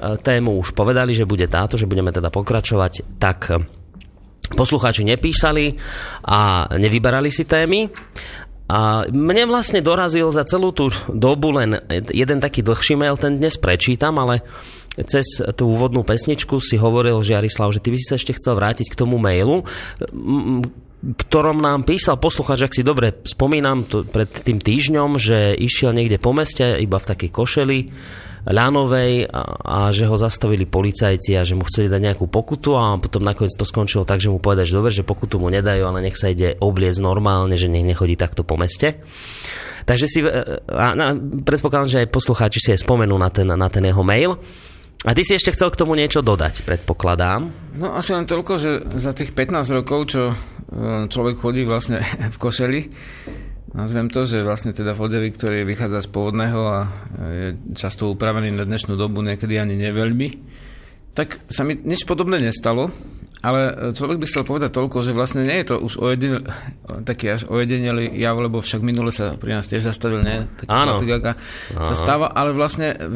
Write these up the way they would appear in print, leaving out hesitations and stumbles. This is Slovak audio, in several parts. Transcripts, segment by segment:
tému už povedali, že bude táto, že budeme teda pokračovať, tak poslucháči nepísali a nevyberali si témy. A mne vlastne dorazil za celú tú dobu len jeden taký dlhší mail, ten dnes prečítam, ale cez tú úvodnú pesničku si hovoril, Žiarislav, že ty by si sa ešte chcel vrátiť k tomu mailu, ktorom nám písal poslucháč, ak si dobre spomínam, pred tým týždňom, že išiel niekde po meste, iba v takej košeli ľanovej a že ho zastavili policajci a že mu chceli dať nejakú pokutu a potom nakoniec to skončilo tak, že mu povedali, že dobre, že pokutu mu nedajú, ale nech sa ide obliecť normálne, že nech nechodí takto po meste. Takže si predpokladám, že aj poslucháči si aj spomenú na ten jeho mail. A ty si ešte chcel k tomu niečo dodať, predpokladám. No asi len toľko, že za tých 15 rokov, čo človek chodí vlastne v košeli, nazvem to, že vlastne teda v odevi, ktorý vychádza z pôvodného a je často upravený na dnešnú dobu, niekedy ani neveľmi, tak sa mi nič podobné nestalo, ale človek by chcel povedať toľko, že vlastne nie je to už taký až ojedinelý jav, lebo však minule sa pri nás tiež zastavil, nie? Áno. Sa stáva, ale vlastne v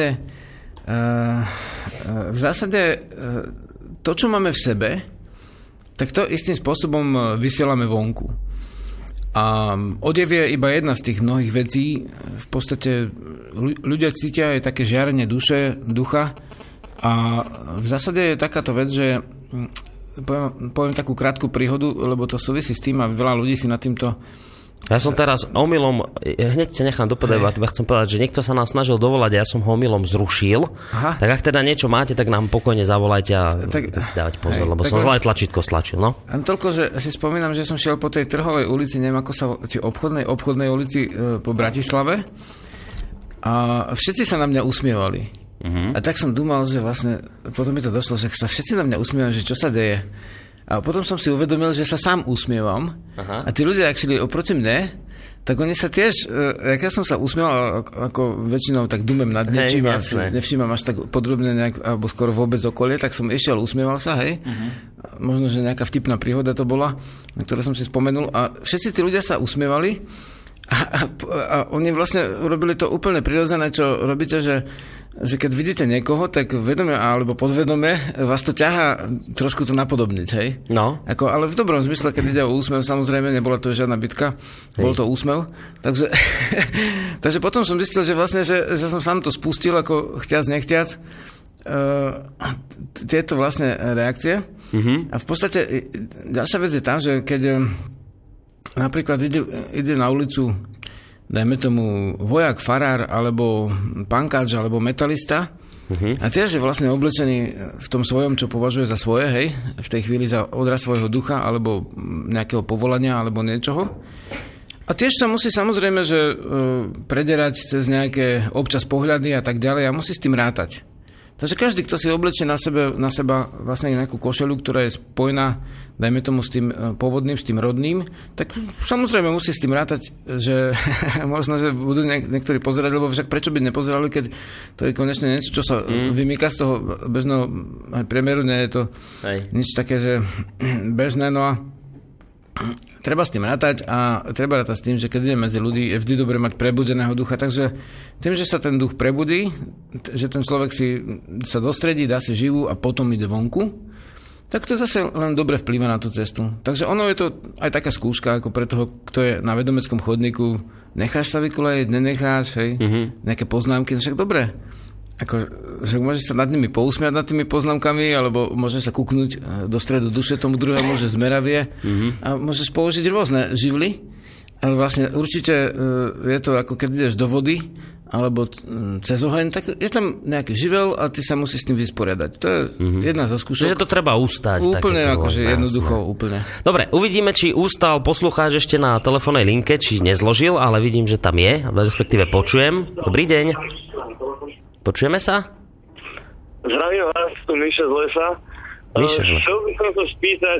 zásade to, čo máme v sebe, tak to istým spôsobom vysielame vonku. A odev je iba jedna z tých mnohých vecí. V podstate ľudia cítia aj také žiarenie ducha a v zásade je takáto vec, že poviem takú krátku príhodu, lebo to súvisí s tým a veľa ľudí si nad týmto. Ja som teraz omylom, hneď sa nechám dopovedať, chcem povedať, že niekto sa nás snažil dovolať a ja som ho omylom zrušil. Aha. Tak ak teda niečo máte, tak nám pokojne zavolajte a si dávať pozor, lebo som zlé tlačítko stlačil. No? A toľko, že si spomínam, že som šiel po tej Trhovej ulici, neviem ako sa, či obchodnej ulici po Bratislave a všetci sa na mňa usmievali. A tak som dúmal, že vlastne, potom mi to došlo, že sa všetci na mňa usmievali, že čo sa deje. A potom som si uvedomil, že sa sám usmievam. Aha. A tí ľudia, ak šli oproti mne, tak oni sa tiež, jak ja som sa usmieval, ako väčšinou tak dumem nad niečím a nevšímam až tak podrobne nejak, alebo skoro vôbec okolie, tak som išiel, usmieval sa, hej. Možno, že nejaká vtipná príhoda to bola, na ktorú som si spomenul. A všetci tí ľudia sa usmievali a oni vlastne robili to úplne prirodzené, čo robíte, že keď vidíte niekoho, tak vedome alebo podvedome vás to ťahá trošku to napodobniť, hej? No. Ale v dobrom zmysle, keď ide o úsmev, samozrejme, nebola to žiadna bitka, bol to úsmev. Takže potom som zistil, že vlastne, že som sám to spustil, ako chtiac, nechtiac, tieto vlastne reakcie. A v podstate ďalšia vec je tá, že keď napríklad ide na ulicu dajme tomu vojak, farár, alebo pankáč, alebo metalista. A tiež je vlastne oblečený v tom svojom, čo považuje za svoje, hej, v tej chvíli za odraz svojho ducha, alebo nejakého povolania, alebo niečoho. A tiež sa musí samozrejme, že prederať cez nejaké občas pohľady a tak ďalej a musí s tým rátať. Takže každý, kto si oblečie na seba vlastne nejakú košelu, ktorá je spojená, dajme tomu s tým pôvodným, s tým rodným, tak samozrejme musí s tým rátať, že možno, že budú niektorí pozerať, lebo však prečo by nepozerali, keď to je konečne niečo, čo sa vymýka z toho bežného aj priemeru, nie je to nič také, že bežné, no a treba s tým rátať a treba rátať s tým, že keď ide medzi ľudí, je vždy dobre mať prebudeného ducha. Takže tým, že sa ten duch prebudí, že ten človek sa dostredí, dá si živú a potom ide vonku, tak to zase len dobre vplýva na tú cestu. Takže ono je to aj taká skúška, ako pre toho, kto je na vedomeckom chodníku, necháš sa vykolejiť, nenecháš, hej, nejaké poznámky, však dobre. Že môžeš sa nad nimi pousmiať, nad tými poznámkami, alebo môžeš sa kúknúť do stredu duše tomu druhému, že zmeravie a môžeš použiť rôzne živly, ale vlastne určite je to ako keď ideš do vody alebo cez oheň, tak je tam nejaký živel a ty sa musíš s tým vysporiadať. To je jedna zo skúšok. Čiže to treba ustať. Úplne akože jednoducho, úplne. Dobre, uvidíme, či ustal poslucháč ešte na telefónnej linke, či nezložil, ale vidím, že tam je, respektíve počujem. Dobrý deň. Počujeme sa? Zdravím vás, tu Mišo z lesa. Chcel by som sa spýtať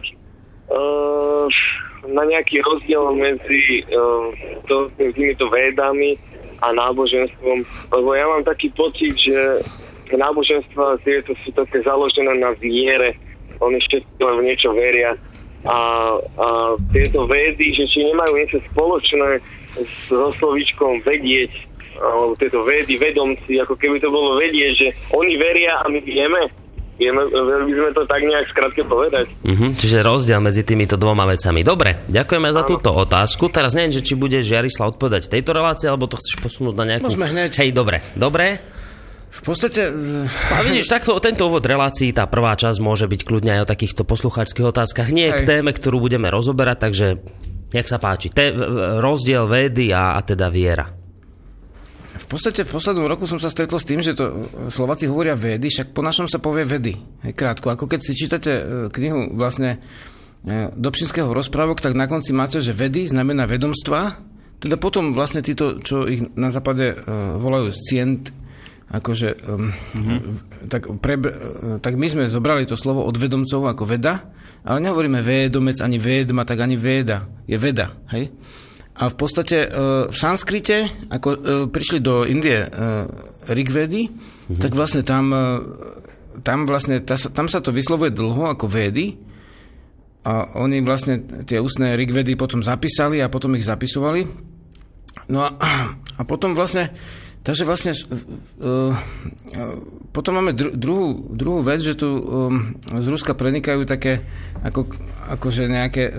na nejaký rozdiel medzi týmito védami a náboženstvom, lebo ja mám taký pocit, že náboženstva tieto sú také založené na viere. Oni všetko v niečo veria. A tieto védy, že či nemajú niečo spoločné so slovíčkom vedieť, tieto vedy, vedomci, ako keby to bolo vedieť, že oni veria a my vieme. By sme to tak nejak skrátke povedať. Čiže rozdiel medzi týmito dvoma vecami. Dobre, ďakujeme za túto otázku. Teraz neviem, či budeš, Jarislav, odpovedať tejto relácii, alebo to chceš posunúť na nejakú... Môžeme hneď. Hej, dobre. V podstate... A vidíš, tento úvod relácií, tá prvá časť môže byť kľudne aj o takýchto poslucháčskych otázkach. Nie k téme, ktorú budeme rozoberať, takže jak sa páči. Rozdiel vedy a teda viera. V podstate v poslednom roku som sa stretol s tým, že to Slováci hovoria vedy, však po našom sa povie vedy. Krátko, ako keď si čítate knihu vlastne Dobšinského rozprávok, tak na konci máte, že vedy znamená vedomstva, teda potom vlastne títo, čo ich na západe volajú scient, akože tak my sme zobrali to slovo od vedomcov ako veda, ale nehovoríme vedomec ani védma, tak ani véda. Je veda, hej? A v podstate v sanskrite, ako prišli do Indie Rigvedy, tak vlastne tam sa to vyslovuje dlho ako védy a oni vlastne tie ústne Rigvedy potom zapísali a potom ich zapisovali. No a potom vlastne takže vlastne potom máme druhú vec, že tu z Ruska prenikajú také akože nejaké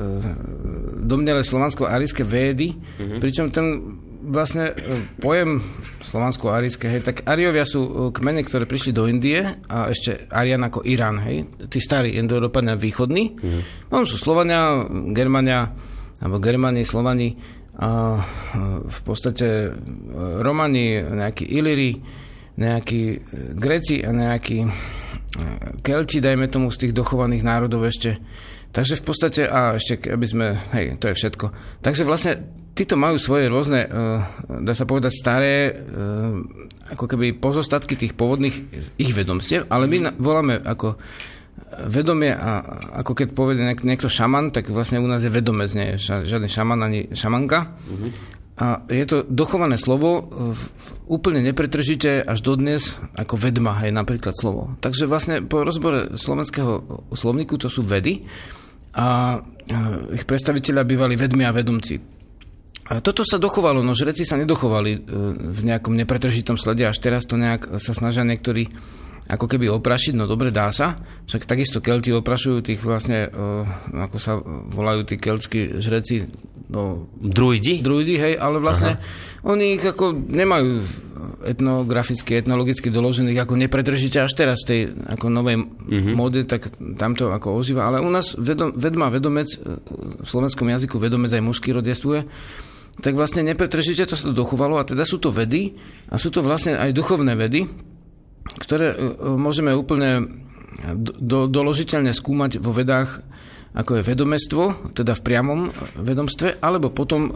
domnelé slovansko-árijské védy, pričom ten vlastne pojem slovansko-árijské, hej, tak Ariovia sú kmene, ktoré prišli do Indie a ešte Arian ako Irán, hej, tí starí Indoeurópania východní. Potom sú Slovania, Germania, alebo Germani, Slovani, a v podstate Romani, nejakí Ilíri, nejakí Gréci a nejakí Kelti, dajme tomu, z tých dochovaných národov ešte. Takže v podstate, a ešte aby sme, hej, to je všetko. Takže vlastne títo majú svoje rôzne, dá sa povedať, staré, ako keby pozostatky tých pôvodných ich vedomstiev, ale my voláme ako vedomie, a ako keď povede niekto šaman, tak vlastne u nás je vedomec, nie je žiadny šaman ani šamanka. A je to dochované slovo úplne nepretržite až dodnes ako vedma, hej, napríklad slovo. Takže vlastne po rozbore slovenského slovníku to sú vedy a ich predstavitelia bývali vedmi a vedomci. A toto sa dochovalo, no žreci sa nedochovali v nejakom nepretržitom slede, až teraz to nejak sa snažia niektorí ako keby oprašiť, no dobre, dá sa. Však takisto Kelti oprašujú tých vlastne, ako sa volajú tí keltskí žreci, no... Druidi, hej, ale vlastne oni ich ako nemajú etnograficky, etnologicky doložených ako nepretržite až teraz tej ako novej móde, tak tamto ako ožíva. Ale u nás vedma, vedomec, v slovenskom jazyku vedomec aj mužský rod jestvuje, tak vlastne nepretržite to sa dochovalo a teda sú to vedy a sú to vlastne aj duchovné vedy, ktoré môžeme úplne doložiteľne skúmať vo vedách, ako je vedomestvo, teda v priamom vedomstve, alebo potom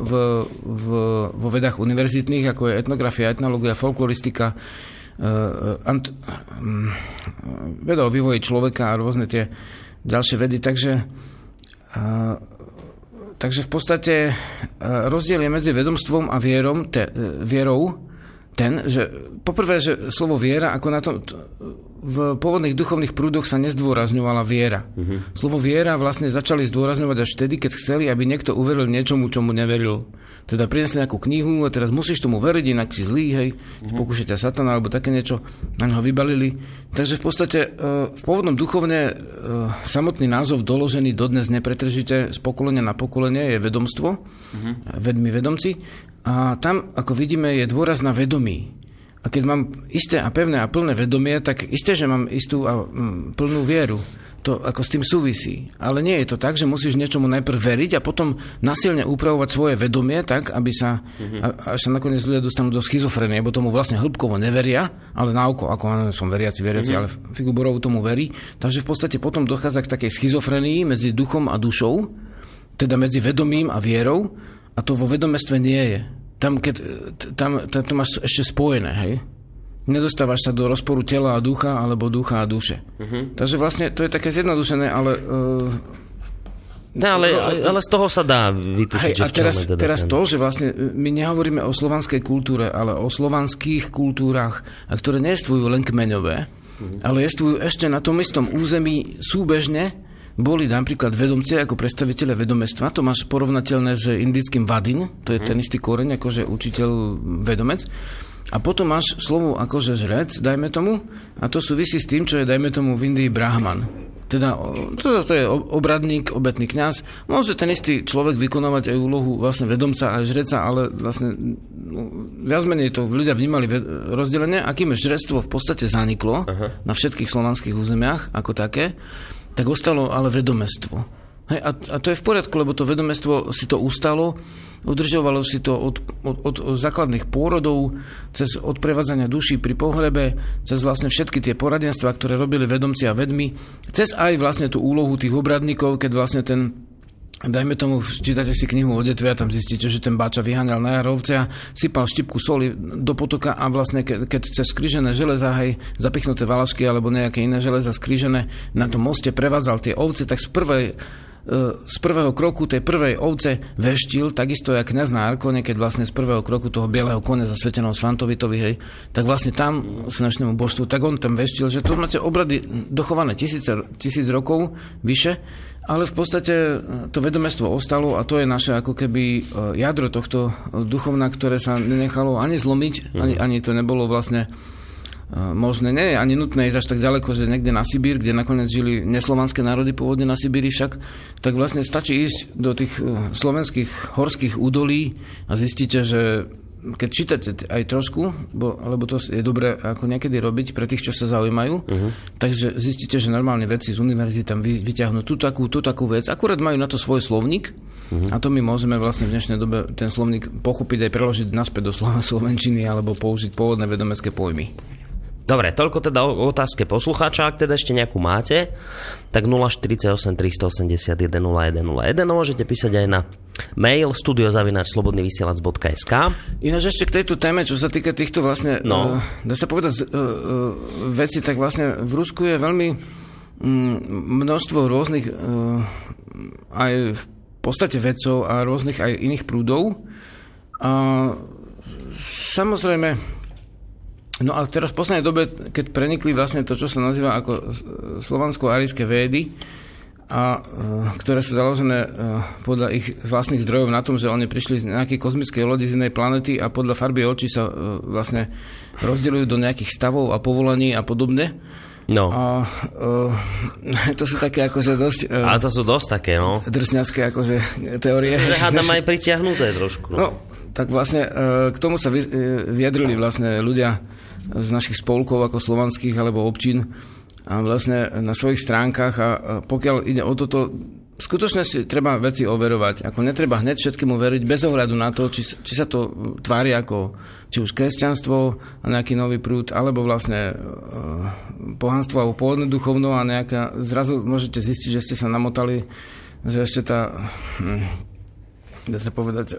vo vedách univerzitných, ako je etnografia, etnológia, folkloristika, veda o vývoji človeka a rôzne tie ďalšie vedy. Takže v podstate rozdiel je medzi vedomstvom a vierou ten, že poprvé, že slovo viera, ako na to v pôvodných duchovných prúdoch sa nezdôrazňovala viera. Slovo viera vlastne začali zdôrazňovať až vtedy, keď chceli, aby niekto uveril niečomu, čomu neveril. Teda prinesli nejakú knihu a teraz musíš tomu veriť, inak si zlý, hej, pokúšať satana alebo také niečo, na ňo vybalili. Takže v podstate v pôvodnom duchovne samotný názov doložený dodnes nepretržite z pokolenia na pokolenie je vedomstvo, vedmi vedomci. A tam, ako vidíme, je dôraz na vedomí. A keď mám isté a pevné a plné vedomie, tak isté, že mám istú a plnú vieru. To ako s tým súvisí. Ale nie je to tak, že musíš niečomu najprv veriť a potom nasilne upravovať svoje vedomie tak, aby sa, až sa nakoniec ľudia dostanú do schizofrenie, lebo tomu vlastne hĺbkovo neveria, ale na oko, ako som veriaci, ale figu Borovu tomu verí. Takže v podstate potom dochádza k takej schizofrenii medzi duchom a dušou, teda medzi vedomím a vierou, a to vo vedomestve nie je. Tam to máš ešte spojené, hej? Nedostávaš sa do rozporu tela a ducha, alebo ducha a duše. Takže vlastne to je také zjednodušené, ale... ale z toho sa dá vytušiť, že a teraz to, že vlastne my nehovoríme o slovanskej kultúre, ale o slovanských kultúrach, a ktoré nestvujú len kmeňové, ale jestvujú ešte na tom istom území súbežne boli napríklad vedomci ako predstaviteľe vedomestva. To máš porovnateľné s indickým vadin, to je ten istý koreň, akože učiteľ vedomec. A potom máš slovo akože žrec, dajme tomu, a to súvisí s tým, čo je, dajme tomu, v Indii brahman. Teda to je obradník, obetný kňaz. Môže ten istý človek vykonávať aj úlohu vlastne vedomca a žreca, ale vlastne viac menej to ľudia vnímali rozdelenie, akým žrectvo v podstate zaniklo na všetkých slovanských územiach ako také, tak ostalo ale vedomestvo. Hej, a to je v poriadku, lebo to vedomestvo si to ustalo, udržovalo si to od základných pôrodov, cez odprevádzania duší pri pohrebe, cez vlastne všetky tie poradenstvá, ktoré robili vedomci a vedmi, cez aj vlastne tú úlohu tých obradníkov, keď vlastne dajme tomu, čítate si knihu o detve a tam zistíte, že ten báča vyháňal na jarovce a sypal štipku soli do potoka a vlastne keď cez skrížené železa, hej, zapichnuté valašky alebo nejaké iné železa skrížené na tom moste prevádzal tie ovce, tak z prvého kroku tej prvej ovce veštil, takisto jak kňaz na Arkone, keď vlastne z prvého kroku toho bieleho kone zasveteného Svantovitovi, hej, tak vlastne tam slnečnému božstvu, tak on tam veštil, že tu máte obrady dochované tisíc rokov vyše, ale v podstate to vedomestvo ostalo a to je naše ako keby jadro tohto duchovna, ktoré sa nenechalo ani zlomiť, ani to nebolo vlastne možné, nie je ani nutné ísť až tak ďaleko, že niekde na Sibír, kde nakoniec žili neslovanské národy pôvodne na Sibíri však, tak vlastne stačí ísť do tých slovenských horských údolí a zistíte, že keď čítate aj trošku, lebo to je dobré ako niekedy robiť pre tých, čo sa zaujímajú, takže zistíte, že normálne vedci z univerzity tam vyťahnú tú takú vec, akurát majú na to svoj slovník a to my môžeme vlastne v dnešnej dobe ten slovník pochopiť aj preložiť naspäť do slovenčiny alebo použiť pôvodné vedomecké pojmy. Dobre, toľko teda o otázke poslucháča. Ak teda ešte nejakú máte, tak 048 381 0101 môžete písať aj na mail studio@slobodnyvysielac.sk. Ináč ešte k tejto téme, čo sa týka týchto vlastne, dá sa povedať, veci, tak vlastne v Rusku je veľmi množstvo rôznych aj v podstate vedcov a rôznych aj iných prúdov. A samozrejme, no a teraz v poslednej dobe, keď prenikli vlastne to, čo sa nazýva ako slovansko-arijské védy, a ktoré sú založené podľa ich vlastných zdrojov na tom, že oni prišli z nejakej kozmickej lodi z inej planety a podľa farby očí sa vlastne rozdeľujú do nejakých stavov a povolaní a podobne. No. A to sú také akože dosť... Ale to sú dosť také, no. Drsňacké akože teórie. Že hádam aj pritiahnuté trošku. No, tak vlastne k tomu sa vyjadrili vlastne ľudia z našich spolkov ako slovanských alebo občín a vlastne na svojich stránkach a pokiaľ ide o toto, skutočne si treba veci overovať. Ako netreba hneď všetkému veriť bez ohľadu na to, či sa to tvári ako či už kresťanstvo a nejaký nový prúd, alebo vlastne pohanstvo alebo pôvodné duchovno a nejaká, zrazu môžete zistiť, že ste sa namotali, že ešte dá sa povedať...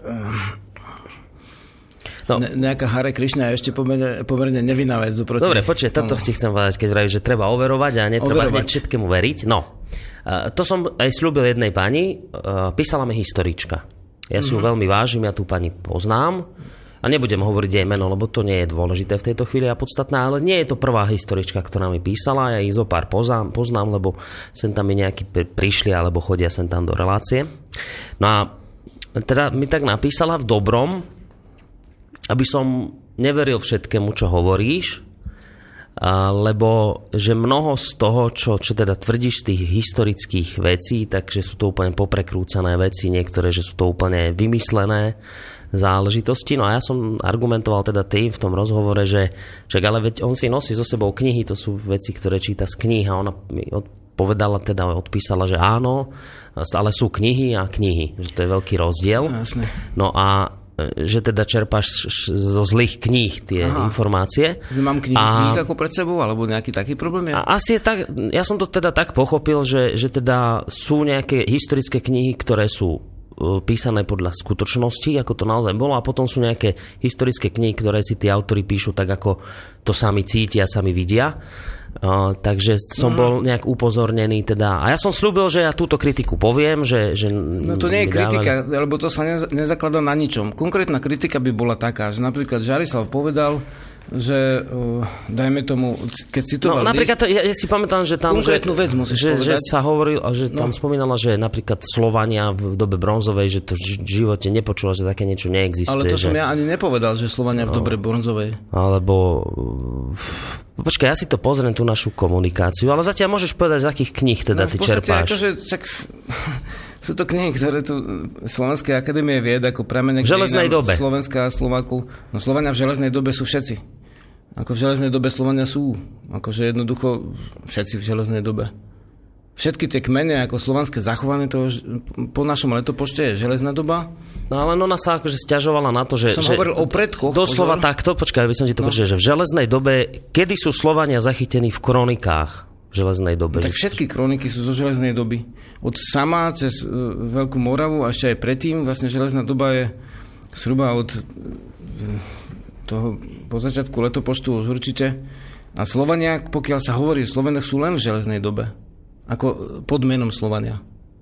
No. Nejaká Hare Krishna je ešte pomerne nevinná vec. Dobre, počkaj, toto chcem povedať, keď vravíš, že treba overovať a netreba hneď všetkému veriť. No, to som aj sľúbil jednej pani, písala mi historička. Ja si ju veľmi vážim, ja tú pani poznám a nebudem hovoriť jej meno, lebo to nie je dôležité v tejto chvíli a podstatné, ale nie je to prvá historička, ktorá mi písala, ja ich zo pár poznám, lebo sem tam mi nejakí prišli alebo chodia sem tam do relácie. No a teda mi tak napísala v dobrom, aby som neveril všetkému, čo hovoríš, lebo že mnoho z toho, čo teda tvrdíš z tých historických vecí, takže sú to úplne poprekrúcané veci, niektoré, že sú to úplne vymyslené záležitosti. No a ja som argumentoval teda tým v tom rozhovore, že ale veď on si nosí so sebou knihy, to sú veci, ktoré číta z kníh a ona mi odpísala, že áno, ale sú knihy a knihy, že to je veľký rozdiel. Jasne. No a že teda čerpáš zo zlých kníh tie informácie. Mám kníh ako pred sebou, alebo nejaký taký problém je? Asi je tak, ja som to teda tak pochopil, že teda sú nejaké historické knihy, ktoré sú písané podľa skutočnosti, ako to naozaj bolo, a potom sú nejaké historické knihy, ktoré si tí autori píšu tak, ako to sami cítia, sami vidia. Takže som bol nejak upozornený teda. A ja som sľúbil, že ja túto kritiku poviem, že no to nie je kritika, lebo to sa nezakladá na ničom. Konkrétna kritika by bola taká, že napríklad Žarislav povedal, že dajme tomu, keď citoval napríklad, ja si pamätám, že tam konkrétnu vec musíš povedať. Že sa hovoril, že tam spomínala, že napríklad Slovania v dobe bronzovej, že to v živote nepočula, že také niečo neexistuje. Ale to som ja ani nepovedal, že Slovania v dobe bronzovej. Alebo počkaj, ja si to pozriem, tú našu komunikáciu, ale zatiaľ môžeš povedať, z akých kníh teda ty čerpáš. Akože, sú to knihy, ktoré tu Slovenskej akadémie vied ako prameň v železnej dobe. Slovenská a Slováku. No Slovania v železnej dobe sú všetci. Ako v železnej dobe Slovania sú. Akože jednoducho všetci v železnej dobe. Všetky tie kmene ako slovanské zachované, to po našom letopočte je železná doba. No ale ona sa akože sťažovala na to, že... Som hovoril o predkoch. Doslova takto, počkaj, aby som ti to povedal, že v železnej dobe, kedy sú Slovania zachytení v kronikách v železnej dobe? Tak všetky kroniky sú zo železnej doby. Od Sama cez Veľkú Moravu a ešte aj predtým, vlastne železná doba je zhruba od toho po začiatku letopočtu už určite. A Slovania, pokiaľ sa hovorí o Slovenoch, sú len v železnej dobe. Ako pod menom Slovania.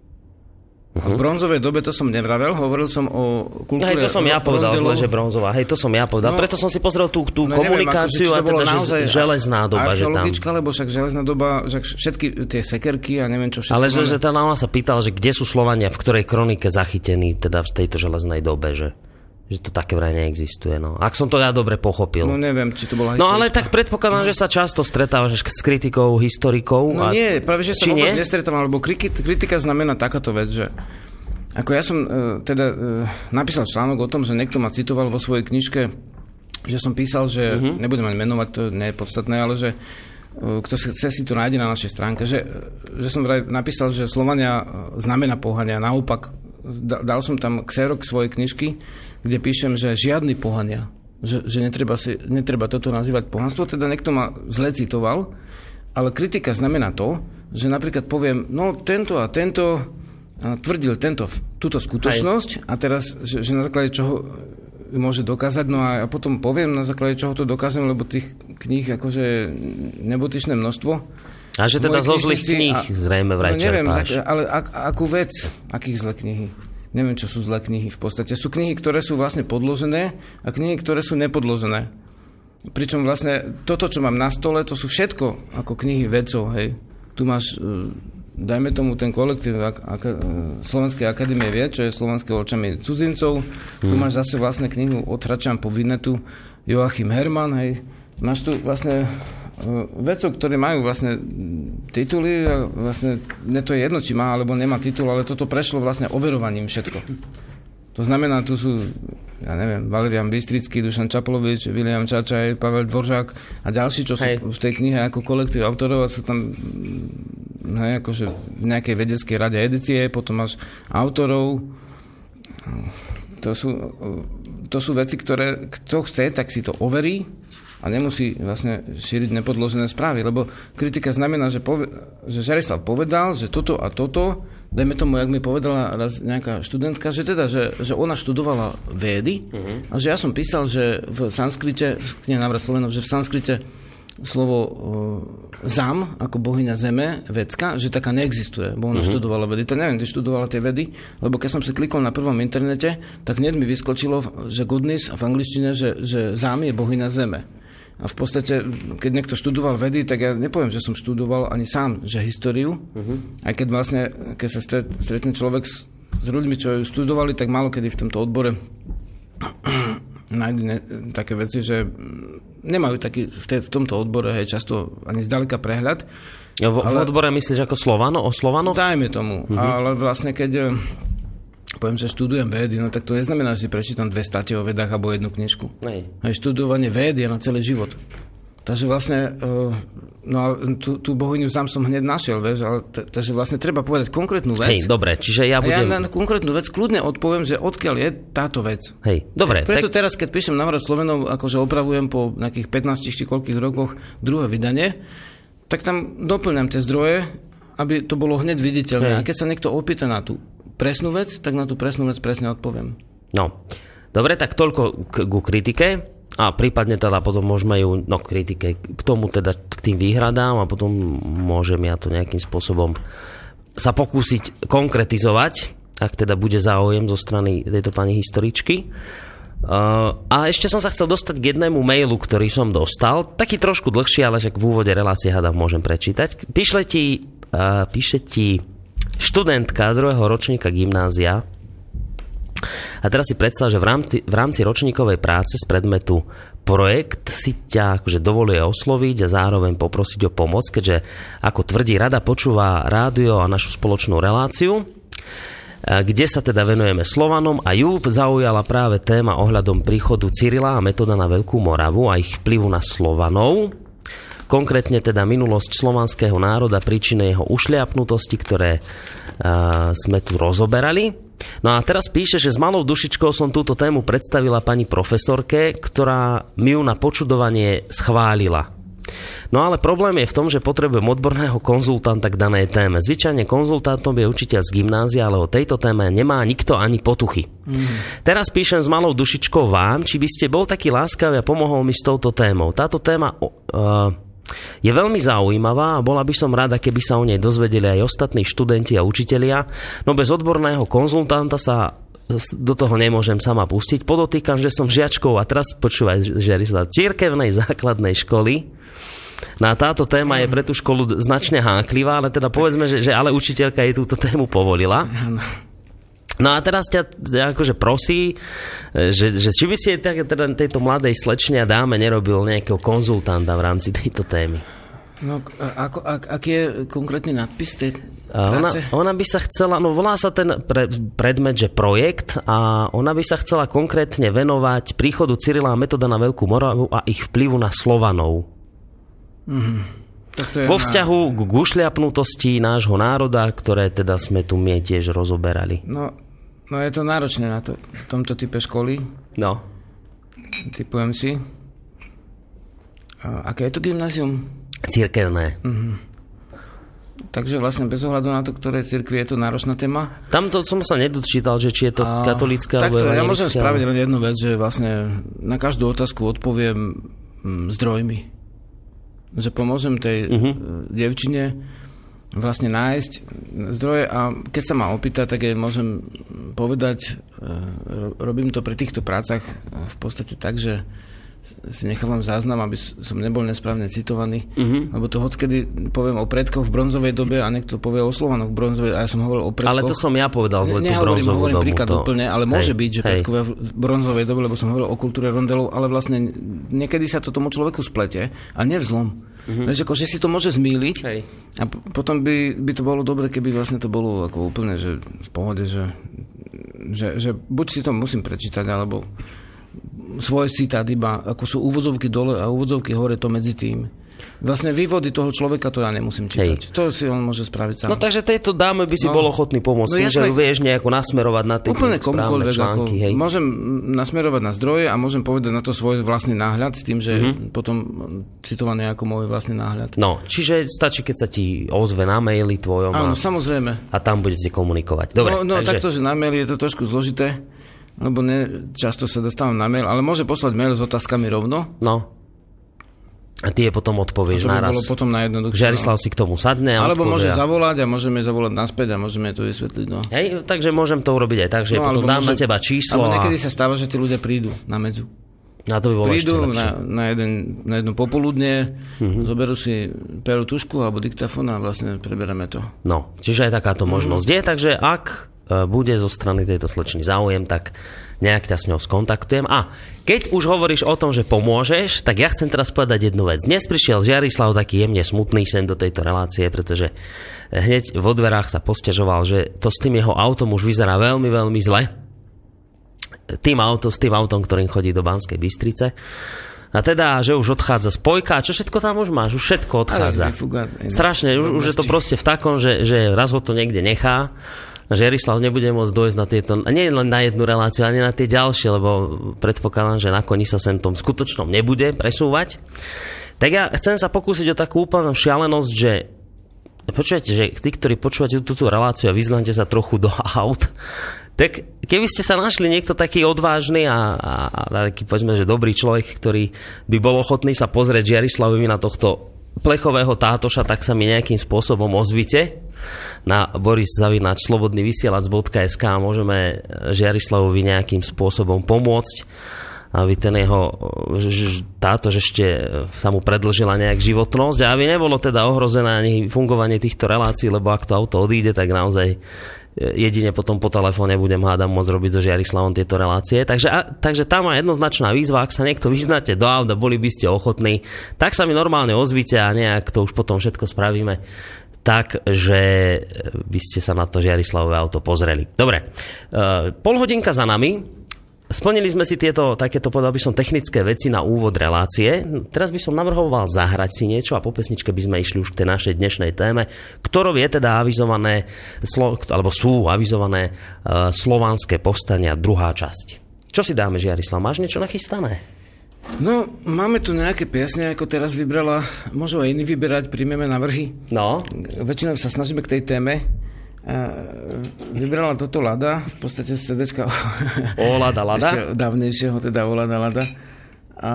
A v bronzovej dobe to som nevravel, hovoril som o kultúre... Hej, to som ja povedal zle, že bronzová. Hej, to som ja povedal. Preto som si pozrel tú komunikáciu a teda, že železná doba. Archeologička, lebo však železná doba, všetky tie sekerky a neviem čo všetko... Ale že tá ona sa pýtala, že kde sú Slovania, v ktorej kronike zachytení teda v tejto železnej dobe, že to také vraj neexistuje. No. Ak som to ja dobre pochopil. No neviem, či to bola historička. No ale tak predpokladám, že sa často stretávaš s kritikou historikov. No nie, práve že sa vôbec nestretávam, lebo kritika znamená takáto vec, že ako ja som napísal článok o tom, že niekto ma citoval vo svojej knižke, že som písal, že nebudem ani menovať, to nie je podstatné, ale že kto chce si to nájde na našej stránke, že som vraj napísal, že Slovania znamená pohania, naopak dal som tam xerok svojej knižky, kde píšem, že žiadny pohania, že netreba toto nazývať pohanstvo, teda niekto ma zle citoval, ale kritika znamená to, že napríklad poviem, no tento a tento tvrdil túto skutočnosť a teraz, že na základe čoho môže dokázať, no a ja potom poviem, na základe čoho to dokážem, lebo tých kníh akože nebotyčné množstvo. A že teda zo zlých kníh zrejme vraj čerpáš. Neviem, ale akú vec, akých zlé knihy? Neviem, čo sú zlé knihy v podstate. Sú knihy, ktoré sú vlastne podložené a knihy, ktoré sú nepodložené. Pričom vlastne toto, čo mám na stole, to sú všetko ako knihy vedcov, hej. Tu máš, dajme tomu ten kolektív Slovenskej akadémie vied, čo je Slovenské očami cudzincov. Tu máš zase vlastne knihu od Hračan po Vinetu Joachim Hermann, hej. Máš tu vlastne vedcov, ktorí majú vlastne tituly a vlastne ne to je jedno, či má alebo nemá titul, ale toto prešlo vlastne overovaním všetko. To znamená, tu sú, ja neviem, Valerian Bystrický, Dušan Čapolovič, William Čačaj, Pavel Dvoržák a ďalší, čo sú v tej knihe ako kolektív autorov a sú tam akože v nejakej vedeckej rade edície, potom máš autorov. To sú veci, ktoré kto chce, tak si to overí a nemusí vlastne šíriť nepodložené správy, lebo kritika znamená, že Žarislav povedal, že toto a toto, dajme tomu, jak mi povedala raz nejaká študentka, že ona študovala védy a že ja som písal, že v sanskrite, v knihe Návrat Slovenov, že v sanskrite slovo Zam, ako bohyňa zeme, vedska, že taká neexistuje, bo ona študovala vedy. To neviem, ty študovala tie vedy, lebo keď som si klikol na prvom internete, tak hneď mi vyskočilo, že goodness a v angličtine, že Zam je bohyňa zeme. A v podstate, keď niekto študoval vedy, tak ja nepoviem, že som študoval ani sám, že históriu. Aj keď vlastne, keď sa stretne človek s ľuďmi, čo ju študovali, tak málo kedy v tomto odbore nájde také veci, že nemajú taký v tomto odbore často ani zďaleka prehľad. V odbore myslíš ako o Slovanoch? Dajme tomu. Ale vlastne, keď poviem, že študujem védy, no tak to neznamená, že si prečítam 2 státe o vedách alebo jednu knižku. Aj študovanie véd je na celý život. Takže vlastne no a tú bohyňu Zam som hneď našiel, vieš, ale takže vlastne treba povedať konkrétnu vec. Hej, dobre, čiže ja budem... A ja na konkrétnu vec kľudne odpoviem, že odkiaľ je táto vec. Hej, dobre. Preto teraz, keď píšem Návrat Slovenov, akože opravujem po nejakých 15 či koľkých rokoch druhé vydanie, tak tam doplňam tie zdroje, aby to bolo hneď viditeľné. A keď sa niekto opýta na tú presnú vec, tak na tú presnú vec presne odpoviem. No, dobre, tak toľko ku kritike a prípadne teda potom môžeme ju, kritike k tomu teda k tým výhradám a potom môžem ja to nejakým spôsobom sa pokúsiť konkretizovať, ak teda bude záujem zo strany tejto pani historičky. A ešte som sa chcel dostať k jednému mailu, ktorý som dostal. Taký trošku dlhší, ale však v úvode relácie hádam môžem prečítať. Píše ti študentka 2. ročníka gymnázia. A teraz si predstav, že v rámci ročníkovej práce z predmetu projekt si ťa akože dovoluje osloviť a zároveň poprosiť o pomoc, keďže ako tvrdí rada počúva rádio a našu spoločnú reláciu, kde sa teda venujeme Slovanom a ju zaujala práve téma ohľadom príchodu Cyrila a Metoda na Veľkú Moravu a ich vplyvu na Slovanov. Konkrétne teda minulosť slovanského národa, príčiny jeho ušliapnutosti, ktoré sme tu rozoberali. No a teraz píše, že s malou dušičkou som túto tému predstavila pani profesorke, ktorá mi ju na počudovanie schválila. No ale problém je v tom, že potrebujem odborného konzultanta k danej téme. Zvyčajne konzultantom je učiteľ z gymnázia, ale o tejto téme nemá nikto ani potuchy. Teraz píšem s malou dušičkou vám, či by ste bol taký láskavý a pomohol mi s touto témou. Táto téma je veľmi zaujímavá a bola by som rada, keby sa o nej dozvedeli aj ostatní študenti a učitelia, no bez odborného konzultanta sa do toho nemôžem sama pustiť. Podotýkam, že som žiačkou, a teraz počúvaj, Žiarislav, cirkevnej základnej školy. No a táto téma je pre tú školu značne háklivá, ale teda povedzme, že ale učiteľka jej túto tému povolila. No a teraz ťa akože prosí, že či by si teda tejto mladej slečne a dáme nerobil nejakého konzultanta v rámci tejto témy. No, aký je konkrétny nadpis tej práce? Ona by sa chcela, no volá sa ten predmet, že projekt, a ona by sa chcela konkrétne venovať príchodu Cyrila a Metoda na Veľkú Moravu a ich vplyvu na Slovanov. Vo vzťahu k ušľapnutosti nášho národa, ktoré teda sme tu my tiež rozoberali. No je to náročné na tomto type školy. No. Typujem si. A aké je to gymnázium? Cirkevné. Takže vlastne bez ohľadu na to, ktoré cirkvi je to náročná téma. Tamto som sa nedočítal, že či je to katolícka alebo evanjelická. Ja môžem spraviť len jednu vec, že vlastne na každú otázku odpoviem zdrojmi. Že pomôžem tej dievčine vlastne nájsť zdroje a keď sa ma opýta, tak jej môžem povedať, robím to pri týchto prácach v podstate tak, že si nechávam záznam, aby som nebol nesprávne citovaný, lebo to hockedy poviem o predkoch v bronzovej dobe a niekto povie o Slovanoch v bronzovej, a ja som hovoril o predkoch. Ale to som ja povedal zle, tú bronzovú dobu. Príklad úplne, ale môže byť, že predkovia v bronzovej dobe, lebo som hovoril o kultúre rondelov, ale vlastne niekedy sa to tomu človeku splete a nevzlom. Vieš, že si to môže zmýliť a potom by to bolo dobre, keby vlastne to bolo ako úplne, že v pohode, že buď si to musím prečítať, alebo svoj citát iba, ako sú úvodzovky dole a úvodzovky hore, to medzi tým. Vlastne vývody toho človeka to ja nemusím čítať. To si on môže spraviť sám. No takže tejto dáme by si bol ochotný pomôcť, tým, že ju vieš nejako nasmerovať na tie správne články. Môžem nasmerovať na zdroje a môžem povedať na to svoj vlastný náhľad s tým, že potom citované ako môj vlastný náhľad. No, čiže stačí, keď sa ti ozve na maili tvojom. Áno, samozrejme. A tam budete komunikovať. Dobre. No takže... takto, že na maili je to trošku zložité, lebo často sa dostávam na mail, ale môže poslať mail s otázkami rovno. No. A ty je potom odpovieš naraz. To by bolo potom najjednoduchšie. Žiarislav si k tomu sadne a alebo môže zavolať a môžeme zavolať naspäť a môžeme to vysvetliť. No. Hej, takže môžem to urobiť aj tak, že potom dám na teba číslo. Alebo niekedy sa stáva, že tí ľudia prídu na medzu. A to by bolo prídu ešte lepšie. na jedno popoludne, zoberú si peru, tušku alebo diktafón a vlastne preberáme to. No, čiže aj takáto možnosť je, takže ak bude zo strany tejto slečny záujem, tak nejak ťa s ňou skontaktujem. A keď už hovoríš o tom, že pomôžeš, tak ja chcem teraz povedať jednu vec. Dnes prišiel Žiarislav taký jemne smutný sem do tejto relácie, pretože hneď vo dverách sa posťažoval, že to s tým jeho autom už vyzerá veľmi, veľmi zle. S tým autom, ktorým chodí do Banskej Bystrice. A teda, že už odchádza spojka. A čo všetko tam už máš? Už všetko odchádza. Strašne, už je to proste v takom, že raz ho to niekde nechá. Že Jarislav nebude môcť dojsť na tieto, nie len na jednu reláciu, ani na tie ďalšie, lebo predpokladám, že na koni sa sem tom skutočnom nebude presúvať. Tak ja chcem sa pokúsiť o takú úplnú šialenosť, že počujete, že tí, ktorí počúvate túto reláciu a vyzlante sa trochu do aut, tak keby ste sa našli niekto taký odvážny a taký, povedzme, že dobrý človek, ktorý by bol ochotný sa pozrieť Jarislavovi na tohto plechového tátoša, tak sa mi nejakým spôsobom ozvite. na boris@slobodnyvysielac.sk a môžeme Žiarislavovi nejakým spôsobom pomôcť, aby ten jeho táto ešte sa mu predĺžila nejak životnosť a aby nebolo teda ohrozené ani fungovanie týchto relácií, lebo ak to auto odíde, tak naozaj jedine potom po telefóne budem hádam môcť robiť so Žiarislavom tieto relácie. Takže tam má jednoznačná výzva, ak sa niekto vyznáte do auta, boli by ste ochotní, tak sa mi normálne ozvite a nejak to už potom všetko spravíme tak, že by ste sa na to Žiarislavové auto pozreli. Dobre, polhodinka za nami. Splnili sme si takéto, povedal by som, technické veci na úvod relácie. Teraz by som navrhoval zahrať si niečo a po pesničke by sme išli už k tej našej dnešnej téme, ktorou je teda avizované, alebo sú avizované slovanské povstania, druhá časť. Čo si dáme, Žiarislav? Máš niečo nachystané? No, máme tu nejaké piesne, ako teraz vybrala. Môžu aj iní vyberať, príjmeme navrhy. No. Väčšinou sa snažíme k tej téme. Vybrala toto Lada, v podstate z CD-čka o Lada. Ešte dávnejšieho, teda o Lada. A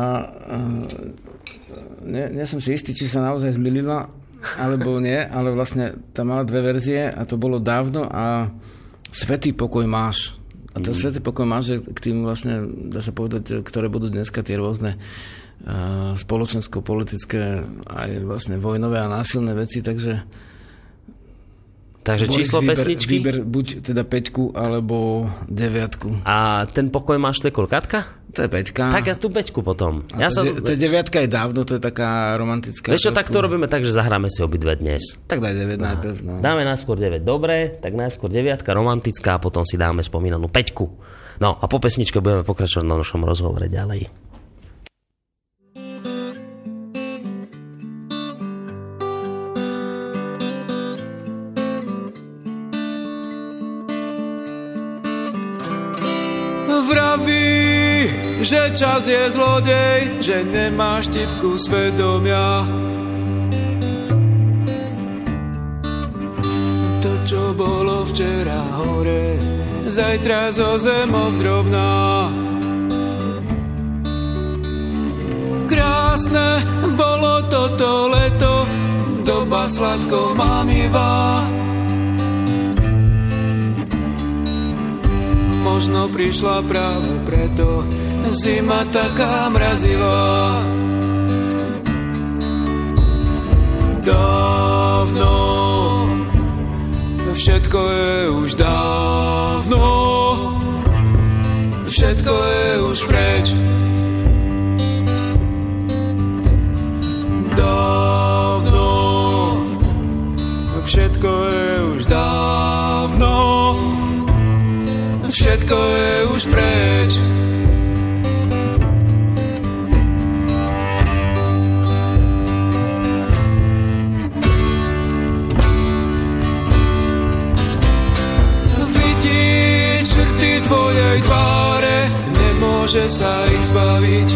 nie som si istý, či sa naozaj zmýlila, alebo nie, ale vlastne tam mala dve verzie a to bolo dávno a Svätý pokoj máš. A ten Svätý pokoj máš, že k tým vlastne, dá sa povedať, ktoré budú dneska tie rôzne spoločensko-politické aj vlastne vojnové a násilné veci, takže číslo pesničky? Výber buď teda 5 alebo 9. A ten pokoj máš, to je koľkátka? To je 5. Tak ja tú 5 potom. To je 9 je dávno, to je taká romantická. Vieš čo, tak to robíme tak, že zahráme si obidve dnes. Tak daj 9 najprv. No. Dáme najskôr 9, dobre, tak najskôr 9 romantická a potom si dáme spomínanú 5. No a po pesničke budeme pokračovať na našom rozhovore ďalej. Vraví, že čas je zlodej, že nemáš štipku svedomia. To, čo bolo včera hore, zajtra zo zemou zrovna. Krásne bolo toto leto, doba sladko mamivá. Možno prišla práve preto zima taká mrazivá. Dávno, všetko je už dávno, všetko je už preč. Dávno, všetko je už dávno, všetko je už preč. Vidí črty tvojej tváre, nemôže sa ich zbaviť.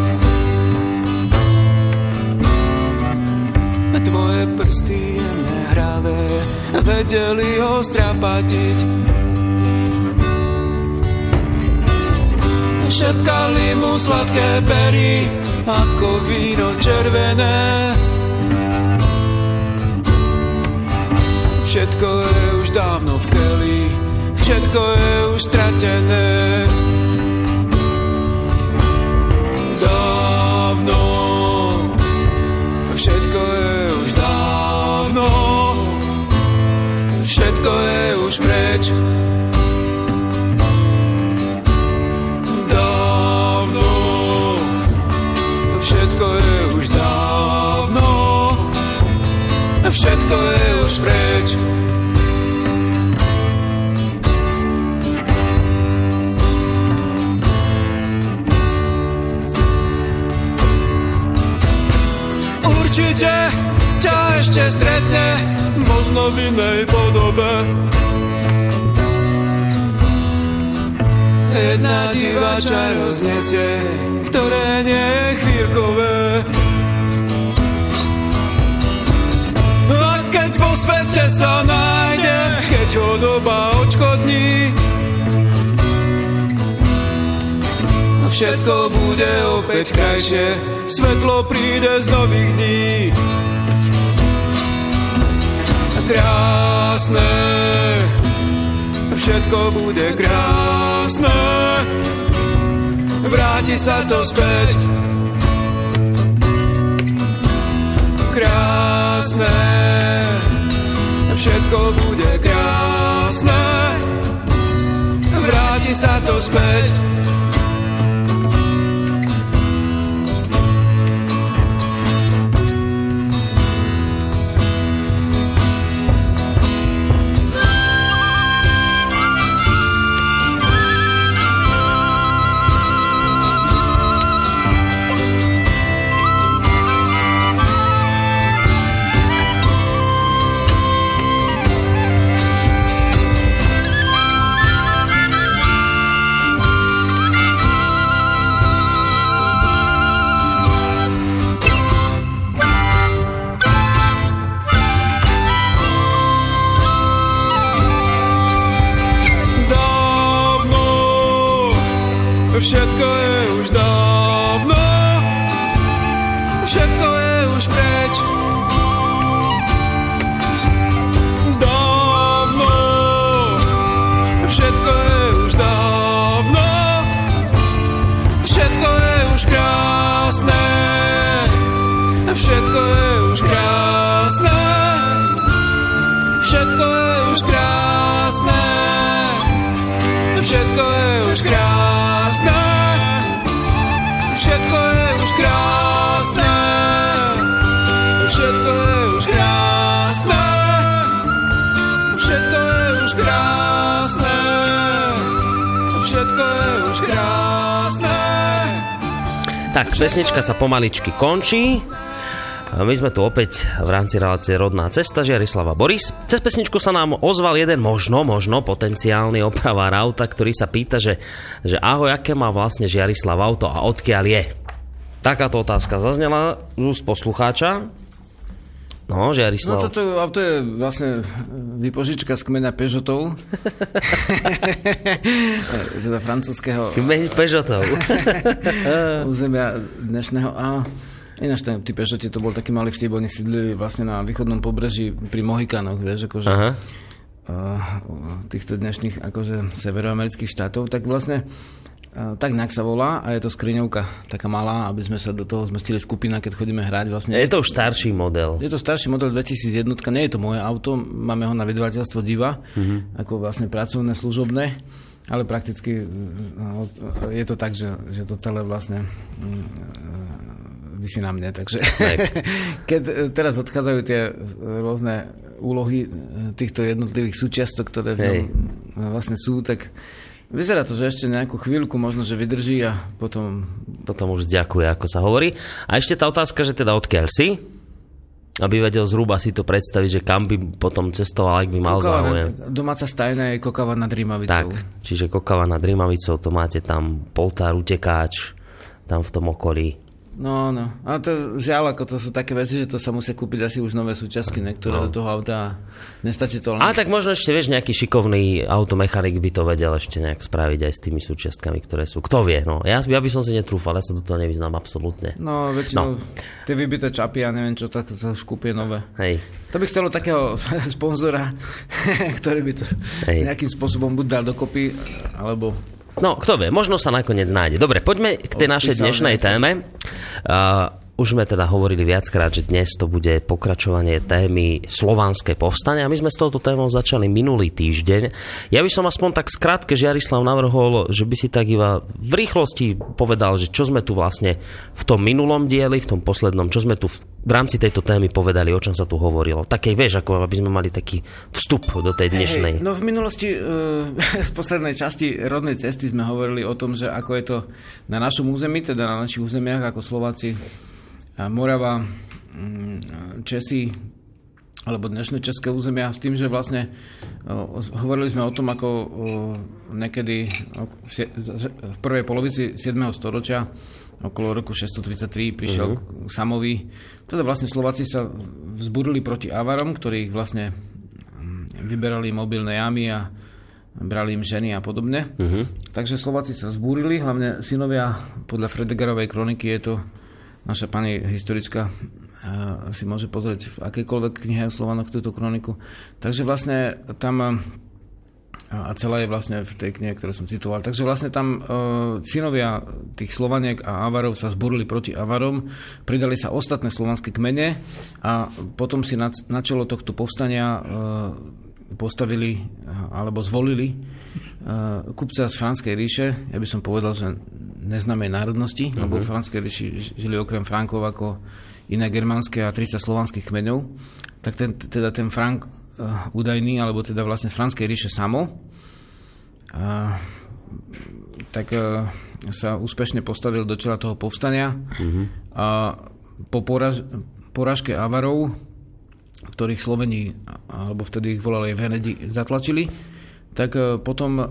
Tvoje prsty jemné hravé vedeli ho strapatiť. Šepkali mu sladké pery, ako víno červené. Všetko je už dávno v keli, všetko je už stratené. Dávno, všetko je už dávno, všetko je už preč. Všetko je už dávno, všetko je už preč. Určite ťa ešte stretne, možno v inej podobe. Jedna diváča roznesie, ktoré nie je chvíľkové. A keď vo svete sa nájde, keď ho doba odškodní, všetko bude opäť krajšie, svetlo príde z nových dní. Krásne krásne, všetko bude krásne, vráti sa to späť. Krásne, všetko bude krásne, vráti sa to späť. Všetko je už dávno, všetko je už preč. Dávno, všetko je už dávno, všetko je už krásne, všetko je už krásne, všetko je už krásne, všetko je už krásne, všetko je už krásne, všetko je už krásne, všetko je už krásne, všetko je už krásne. Tak, pesnička sa pomaličky končí. My sme tu opäť v rámci relácie Rodná cesta, Žiarislava Boris. Cez pesničku sa nám ozval jeden možno potenciálny opravár auta, ktorý sa pýta, že ahoj, aké má vlastne Žiarislav auto a odkiaľ je? Takáto otázka zaznela z poslucháča. No, Žiarislav. No toto auto je vlastne vypožička z kmeňa Peugeotov. Teda francúzského kmeň Peugeotov. územia dnešného. Ináč tí Peugeoti to bol taký malý vtip, oni sídlili vlastne na východnom pobreží pri Mohikanoch, vieš, akože týchto dnešných akože severoamerických štátov, tak vlastne tak nejak sa volá a je to skriňovka taká malá, aby sme sa do toho zmestili skupina, keď chodíme hrať. Vlastne. Je to už starší model. Je to starší model 2001, nie je to moje auto, máme ho na vydavateľstvo Diva, ako vlastne pracovné, služobné, ale prakticky je to tak, že to celé vlastne vysí na mne, takže keď teraz odchádzajú tie rôzne úlohy týchto jednotlivých súčiastok, ktoré v ňom vlastne sú, tak vyzerá to, že ešte nejakú chvíľku možno, že vydrží a potom už ďakuje, ako sa hovorí. A ešte tá otázka, že teda odkiaľ si? Aby vedel zhruba si to predstaviť, že kam by potom cestoval, ak by mal záujem. Domáca stajna je Kokava nad Rímavicou. Tak, čiže Kokava nad Rímavicou, to máte tam Poltár, Utekáč, tam v tom okolí. No. A to žiaľ, ako to sú také veci, že to sa musia kúpiť asi už nové súčiastky, niektoré do toho auta. Nestačí to len. Ale tak možno ešte, vieš, nejaký šikovný automechanik by to vedel ešte nejak spraviť aj s tými súčiastkami, ktoré sú. Kto vie, no. Ja by som si netrúfal, ja sa do toho nevyznám absolútne. No, väčšinou tie vybité čapy, ja neviem čo, tak sa už kúpie nové. Hej. To by chcelo takého sponzora, ktorý by to nejakým spôsobom buď dal dokopy, alebo... No, kto vie, možno sa nakoniec nájde. Dobre, poďme k tej našej dnešnej téme. Už sme teda hovorili viackrát, že dnes to bude pokračovanie témy Slovanské povstanie a my sme s touto témou začali minulý týždeň. Ja by som aspoň tak skrátke Žiarislav navrhol, že by si tak iba v rýchlosti povedal, že čo sme tu vlastne v tom minulom dieli, v tom poslednom, čo sme tu v rámci tejto témy povedali, o čom sa tu hovorilo. Takej, vieš, ako aby sme mali taký vstup do tej dnešnej. No v minulosti, v poslednej časti Rodnej cesty sme hovorili o tom, že ako je to na našom území, teda na našich územiach, ako Slováci, Morava, Česi, alebo dnešné české územia, s tým, že vlastne hovorili sme o tom, ako niekedy v prvej polovici 7. storočia, okolo roku 633, prišiel Samový. Teda vlastne Slováci sa vzburili proti Avarom, ktorí ich vlastne vyberali mobilné jamy a brali im ženy a podobne. Takže Slováci sa vzbúrili, hlavne synovia, podľa Fredegarovej kroniky je to naša pani historička si môže pozrieť v akejkoľvek knihe o Slovanoch túto kroniku. Takže vlastne tam a celá je vlastne v tej knihe, ktorú som citoval. Takže vlastne tam synovia tých Slovaniek a Avarov sa zborili proti Avarom, pridali sa ostatné slovanské kmene a potom si na čelo tohto povstania postavili alebo zvolili kupca z Franskej ríše. Ja by som povedal, že neznámej národnosti, lebo v Franskej ríši žili okrem Frankov ako iné germánske a 30 slovanských kmeňov. Tak ten Frank údajný, alebo teda vlastne z Franskej ríše samo, tak sa úspešne postavil do čela toho povstania a po porážke Avarov, ktorých Sloveni, alebo vtedy ich volali Venedi, zatlačili, tak potom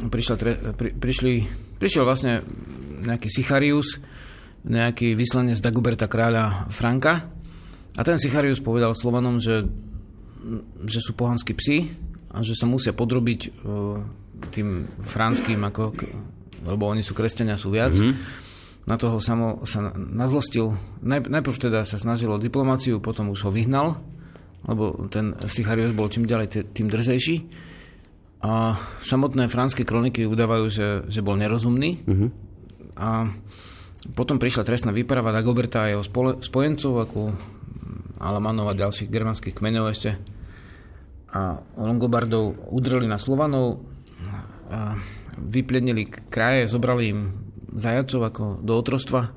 prišiel vlastne nejaký Sicharius, nejaký vyslanec Dagoberta kráľa Franka, a ten Sicharius povedal Slovanom, že sú pohanskí psi a že sa musia podrobiť tým franským, lebo oni sú kresťania, sú viac. Na toho samo sa nazlostil. Najprv teda sa snažil o diplomáciu, potom už ho vyhnal, lebo ten Sicharius bol čím ďalej tým drzejší. A samotné franské kroniky udávajú, že bol nerozumný. A potom prišla trestná výprava Dagoberta a jeho spojencov, ako Alamanov a ďalších germánskych kmeňov ešte. A Longobardov udreli na Slovanov, a vyplenili kraje, zobrali im zajacov ako do otrostva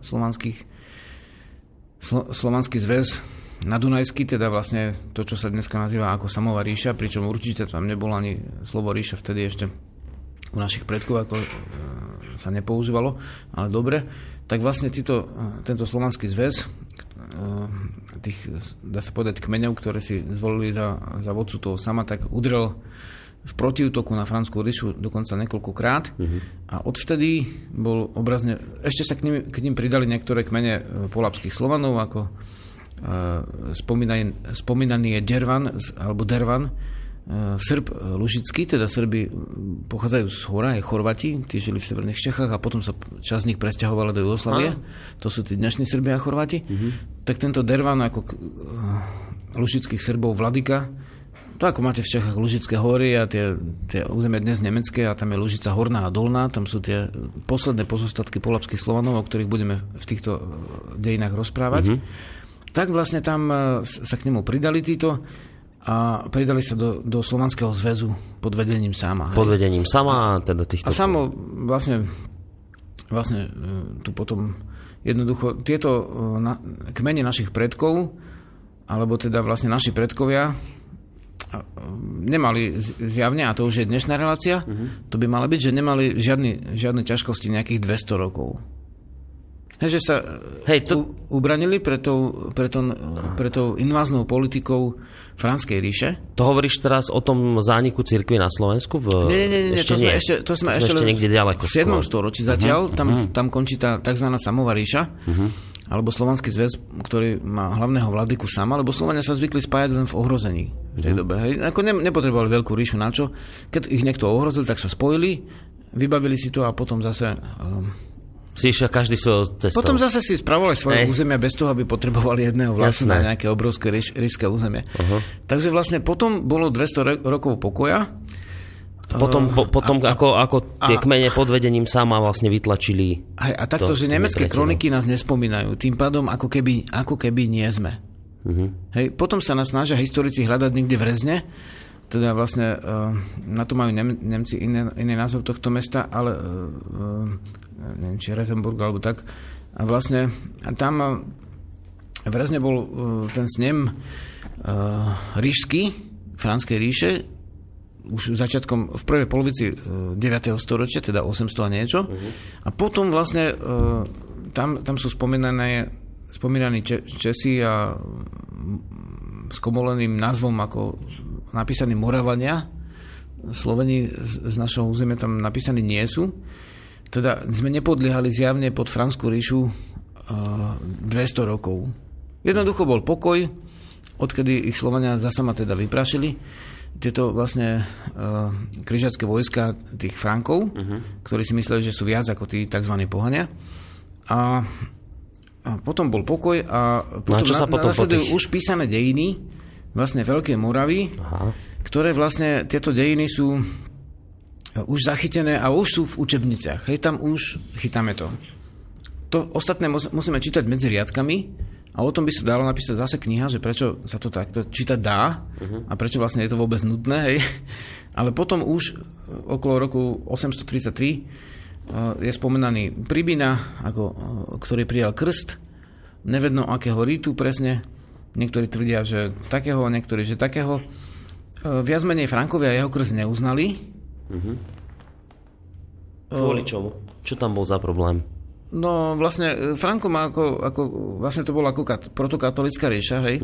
slovanský zväz na Dunajsky, teda vlastne to, čo sa dneska nazýva ako Samová ríša, pričom určite tam nebolo ani slovo ríša vtedy ešte u našich predkov, ako sa nepoužívalo, ale dobre. Tak vlastne tento slovanský zväz tých, dá sa povedať, kmeňov, ktoré si zvolili za vodcu toho sama, tak udrel v protiútoku na Franskú ríšu dokonca niekoľkokrát. A odvtedy bol obrazne, ešte sa k ním pridali niektoré kmene polabských Slovanov, ako spomínaný je Dervan, alebo Dervan, Srb Lužický, teda Srby pochádzajú z hora, aj Chorvati, tí žili v severných Čechách a potom sa časť z nich presťahovala do Jugoslavie. To sú tí dnešní Srbi a Chorvati. Tak tento Dervan ako lužických Srbov vladyka, to ako máte v Čechách Lužické hory a tie územie dnes nemecké a tam je Lužica horná a dolná, tam sú tie posledné pozostatky polabských Slovanov, o ktorých budeme v týchto dejinách rozprávať. Tak vlastne tam sa k nemu pridali títo a pridali sa do Slovanského zväzu pod vedením Sama. Pod vedením Sama, teda týchto... A Samo vlastne tu potom jednoducho tieto kmene našich predkov, alebo teda vlastne naši predkovia nemali zjavne, a to už je dnešná relácia, to by malo byť, že nemali žiadne ťažkosti nejakých 200 rokov. Že sa ubranili pre tou inváznou politikou Franskej ríše. To hovoríš teraz o tom zániku cirkvi na Slovensku? Nie, to sme ešte niekde ďaleko. V 7. storočí zatiaľ, tam končí tá tzv. Samová ríša, alebo Slovanský zväz, ktorý má hlavného vladyku Sama, lebo Slovania sa zvykli spájať len v ohrození v tej dobe. Hej. Ako nepotrebovali veľkú ríšu, na čo? Keď ich niekto ohrozil, tak sa spojili, vybavili si to a potom zase... si išiel každý svojou cestou. Potom zase si spravovali svoje územia bez toho, aby potrebovali jedného vlastne na nejaké obrovské ríšské územie. Takže vlastne potom bolo 200 rokov pokoja. Potom ako tie kmene pod vedením Sama vlastne vytlačili. A takto, že nemecké kroniky nás nespomínajú. Tým pádom ako keby nie sme. Hej, potom sa nás snažia historici hľadať niekde v Rezne. Teda vlastne na to majú Nemci iný názov tohto mesta, ale neviem, či Rezenburg alebo tak. A vlastne tam v Rezne bol ten snem ríšsky, Franskej ríše, už začiatkom, v prvej polovici 9. storočia, teda 800 a niečo. A potom vlastne tam sú spomínaní Česi a s komoleným názvom ako napísaní Moravania. Sloveni z našho územia tam napísaní nie sú. Teda sme nepodliehali zjavne pod Franskú ríšu 200 rokov. Jednoducho bol pokoj, odkedy ich Slovania za sama teda vyprašili. Tieto vlastne križacké vojska tých Frankov, ktorí si mysleli, že sú viac ako tí tzv. Pohania. A A potom bol pokoj a potom, čo sa potom nasledujú už písané dejiny vlastne Veľkej Moravy, ktoré vlastne tieto dejiny sú už zachytené a už sú v učebniciach. Hej, tam už chytáme to. To ostatné musíme čítať medzi riadkami a o tom by sa dalo napísať zase kniha, že prečo sa to takto čítať dá a prečo vlastne je to vôbec nutné. Hej. Ale potom už okolo roku 833 je spomenaný Pribina, ktorý prijal krst, nevedno akého rítu presne. Niektorí tvrdia, že takého, niektorí, že takého. Viac menej Frankovia jeho krst neuznali. Kvôli čomu? Čo tam bol za problém? No vlastne Franko má ako vlastne to bola ako protokatolická ríša, hej.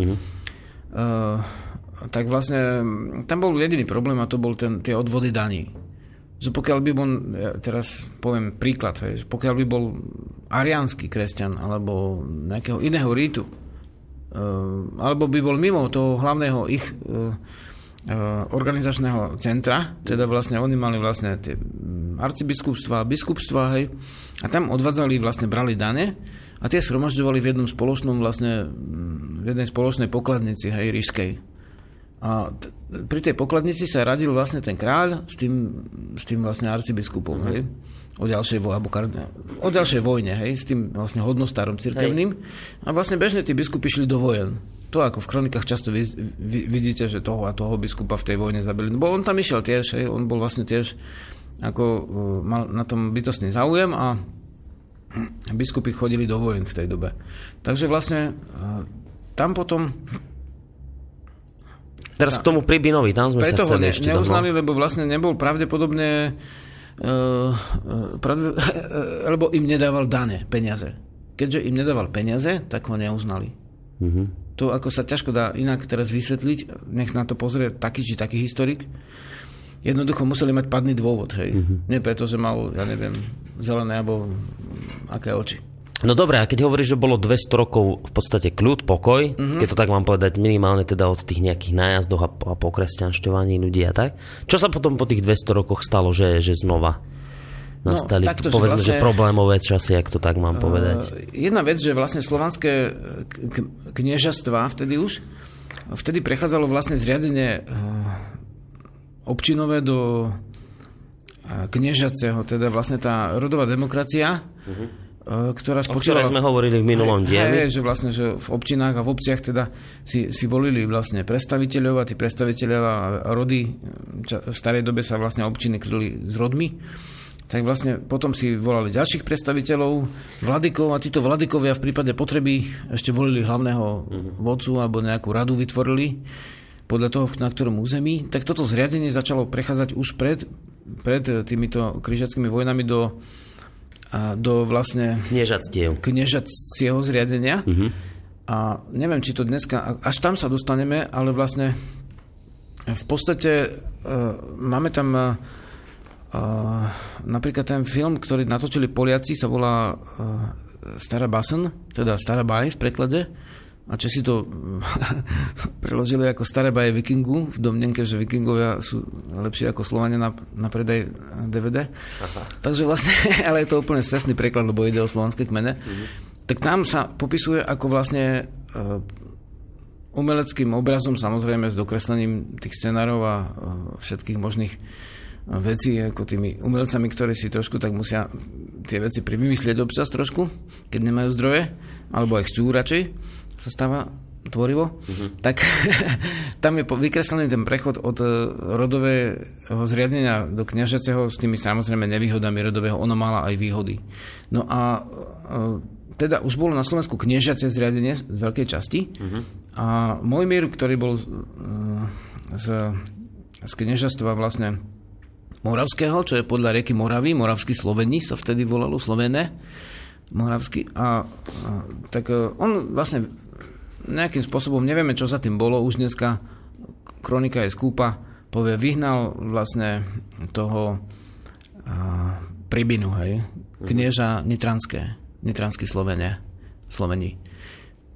Tak vlastne tam bol jediný problém a to bol tie odvody daní. Že pokiaľ by bol, ja teraz poviem príklad, že pokiaľ by bol ariánsky kresťan alebo nejakého iného rítu, alebo by bol mimo toho hlavného ich organizačného centra, teda vlastne oni mali vlastne tie arcibiskupstva, biskupstva, hej, a tam odvádzali, vlastne brali dane a tie shromažďovali v jednom spoločnom vlastne, v jednej spoločnej pokladnici, hej, ríšskej. A pri tej pokladnici sa radil vlastne ten kráľ s tým vlastne arcibiskupom, hej, o ďalšej vojne, hej, s tým vlastne hodnostárom cirkevným. A vlastne bežne tí biskupy šli do vojen. To ako v kronikách často vidíte, že toho a toho biskupa v tej vojne zabili. Bo on tam išiel tiež, hej, on bol vlastne tiež ako mal na tom bytostný záujem a biskupy chodili do vojen v tej dobe. Takže vlastne tam potom teraz k tomu Pribinovi, tam sme sa chceli ešte neuznali, lebo vlastne nebol pravdepodobne lebo im nedával dane, peniaze. Keďže im nedával peniaze, tak ho neuznali. To ako sa ťažko dá inak teraz vysvetliť, nech na to pozrie taký či taký historik. Jednoducho museli mať padný dôvod, hej. Nie preto, že mal, ja neviem, zelené alebo aké oči. No dobré, a keď hovoríš, že bolo 200 rokov v podstate kľud, pokoj, keď to tak mám povedať minimálne teda od tých nejakých nájazdoch a pokresťanšťovaní ľudí a tak. Čo sa potom po tých 200 rokoch stalo, že znova nastali, povedzme, vlastne, že problémové časy, ak to tak mám povedať? Jedna vec, že vlastne slovanské kniežastva vtedy prechádzalo vlastne zriadenie občinové do kniežaceho, teda vlastne tá rodová demokracia, ktorá spočívala... O ktorej sme hovorili v minulom dieli. Že vlastne, že v občinách a v obciach teda si volili vlastne predstaviteľov a tí predstaviteľov a rody, v starej dobe sa vlastne občiny kryli s rodmi, tak vlastne potom si volali ďalších predstaviteľov, vladykov a títo vladykovia v prípade potreby ešte volili hlavného vodcu alebo nejakú radu vytvorili podľa toho, na ktorom území. Tak toto zriadenie začalo prechádzať už pred týmito križackými vojnami do vlastne kniežacieho zriadenia. A neviem, či to dneska, až tam sa dostaneme, ale vlastne v podstate máme tam napríklad ten film, ktorý natočili Poliaci, sa volá Stará basen, teda Stará báj v preklade, a Česi to preložili ako Staré baje vikingu, v domnenke, že vikingovia sú lepšie ako Slovania na predaj DVD. Takže vlastne, ale je to úplne scestný preklad, lebo ide o slovanské kmene. Tak tam sa popisuje ako vlastne umeleckým obrazom, samozrejme s dokreslením tých scenárov a všetkých možných vecí, ako tými umelcami, ktorí si trošku tak musia tie veci privymyslieť občas trošku, keď nemajú zdroje, alebo aj chcú radšej, sa stáva tvorivo, tak tam je vykreslený ten prechod od rodového zriadenia do kniežaceho s tými samozrejme nevýhodami rodového. Ono mala aj výhody. No a teda už bolo na Slovensku kniežacie zriadenie z veľkej časti a Mojmír, ktorý bol z kniežastva vlastne Moravského, čo je podľa rieky Moravy, Moravskí Sloveni sa vtedy volalo, Slovené, Moravský, a tak on vlastne nejakým spôsobom, nevieme, čo za tým bolo, už dneska kronika je skúpa, povie, vyhnal vlastne toho Pribinu, hej, knieža nitranskí Sloveni.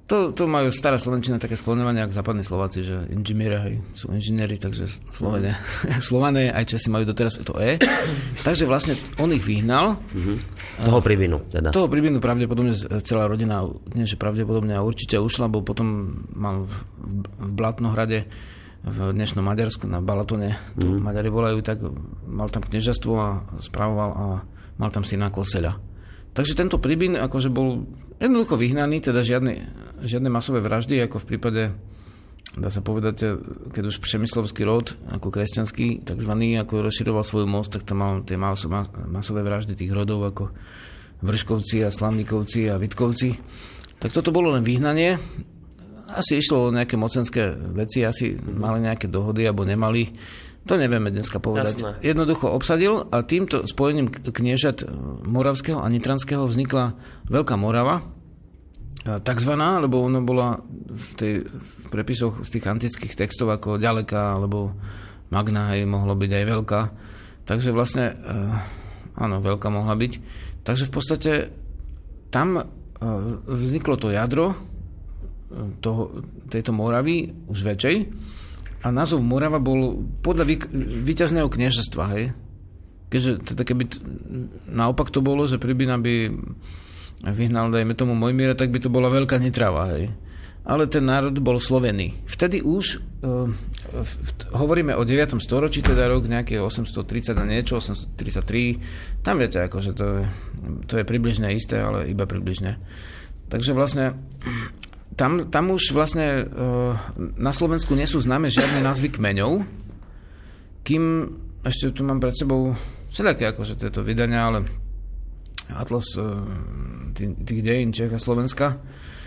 To majú stará slovenčina také skloňovanie, ako západní Slováci, že inžinieri, sú inžinieri, takže Slované aj Česi majú doteraz to Takže vlastne on ich vyhnal. Toho Pribinu teda. Toho Pribinu pravdepodobne celá rodina, nie že pravdepodobne, a určite ušla, bo potom mal v Blatnohrade, v dnešnom Maďarsku, na Balatone, to Maďari volajú, tak mal tam kniežastvo a spravoval a mal tam syna Koseľa. Takže tento Pribin akože bol jednoducho vyhnaný, teda žiadne masové vraždy, ako v prípade, dá sa povedať, keď už Přemyslovský rod, ako kresťanský, takzvaný, ako rozširoval svoju moc, tak tam mal tie masové vraždy tých rodov, ako Vrškovci a Slavníkovci a Vitkovci. Tak toto bolo len vyhnanie. Asi išlo o nejaké mocenské veci, asi mali nejaké dohody, alebo nemali. To nevieme dneska povedať. Jasné. Jednoducho obsadil a týmto spojením kniežat moravského a nitranského vznikla Veľká Morava, takzvaná, lebo ona bola v prepisoch z tých antických textov ako ďaleká, alebo Magna, mohlo byť aj veľká. Takže vlastne, áno, veľká mohla byť. Takže v podstate tam vzniklo to jadro tejto Moravy už väčšej. A názov Morava bol podľa víťazného kniežastva, hej. Keďže teda keby naopak to bolo, že Pribina by vyhnal, dajme tomu Mojmíra, tak by to bola Veľká Nitrava, hej. Ale ten národ bol slovený. Vtedy už hovoríme o 9. storočí, teda rok nejaké 830 a niečo, 833. Tam viete, akože to je približne isté, ale iba približne. Takže vlastne tam už vlastne na Slovensku nie sú známe žiadne názvy kmeňov, kým ešte tu mám pred sebou všelijaké akože tieto vydania, ale atlas tých dejín Čech a Slovenska,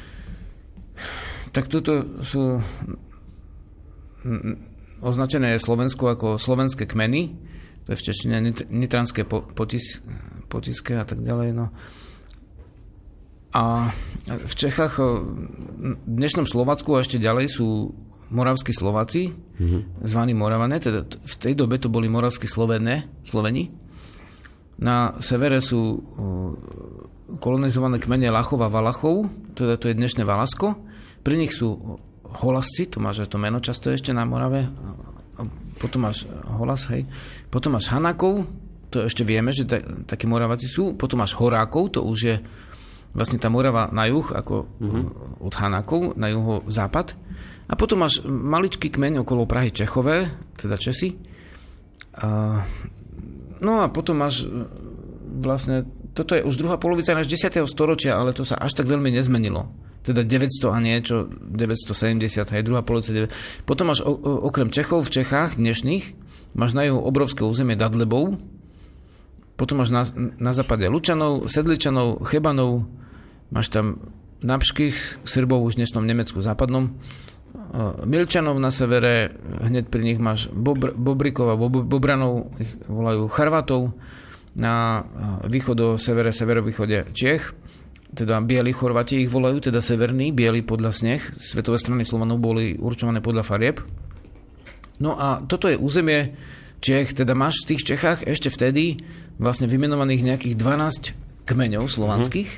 tak tuto sú označené Slovensku ako slovenské kmeny, to je v češtine nitranské potiske a tak ďalej, no. A v Čechách, v dnešnom Slovacku a ešte ďalej sú moravskí Slováci, zvaní Moravané, teda v tej dobe to boli moravskí Sloveni. Na severe sú kolonizované kmene Lachov a Valachov, teda to je dnešné Valasko. Pri nich sú Holasci, to máš to meno často ešte na Morave, potom máš Holas, hej. Potom máš Hanákov, to ešte vieme, že takí Moraváci sú. Potom máš Horákov, to už je vlastne tá Morava na juh, ako od Hanákov, na juho-západ. A potom máš maličký kmeň okolo Prahy Čechové, teda Česi. No a potom máš vlastne, toto je už druhá polovica až 10. storočia, ale to sa až tak veľmi nezmenilo. Teda 900 a niečo, 970, aj druhá polovica. Potom máš okrem Čechov v Čechách dnešných, máš na juhu obrovské územie Dadlebov, potom máš na západe Lučanov, Sedličanov, Chebanov, máš tam Napškých, Srbov už v dnešnom Nemecku západnom, Milčanov na severe, hneď pri nich máš Bobrikov a Bobranov, ich volajú Charvatov, na východo-severe, severovýchode Čech, teda bieli Chorvati ich volajú, teda severní, bieli podľa sneh, svetové strany Slovanov boli určované podľa farieb. No a toto je územie Čech, teda máš v tých Čechách ešte vtedy vlastne vymenovaných nejakých 12 kmeňov slovanských.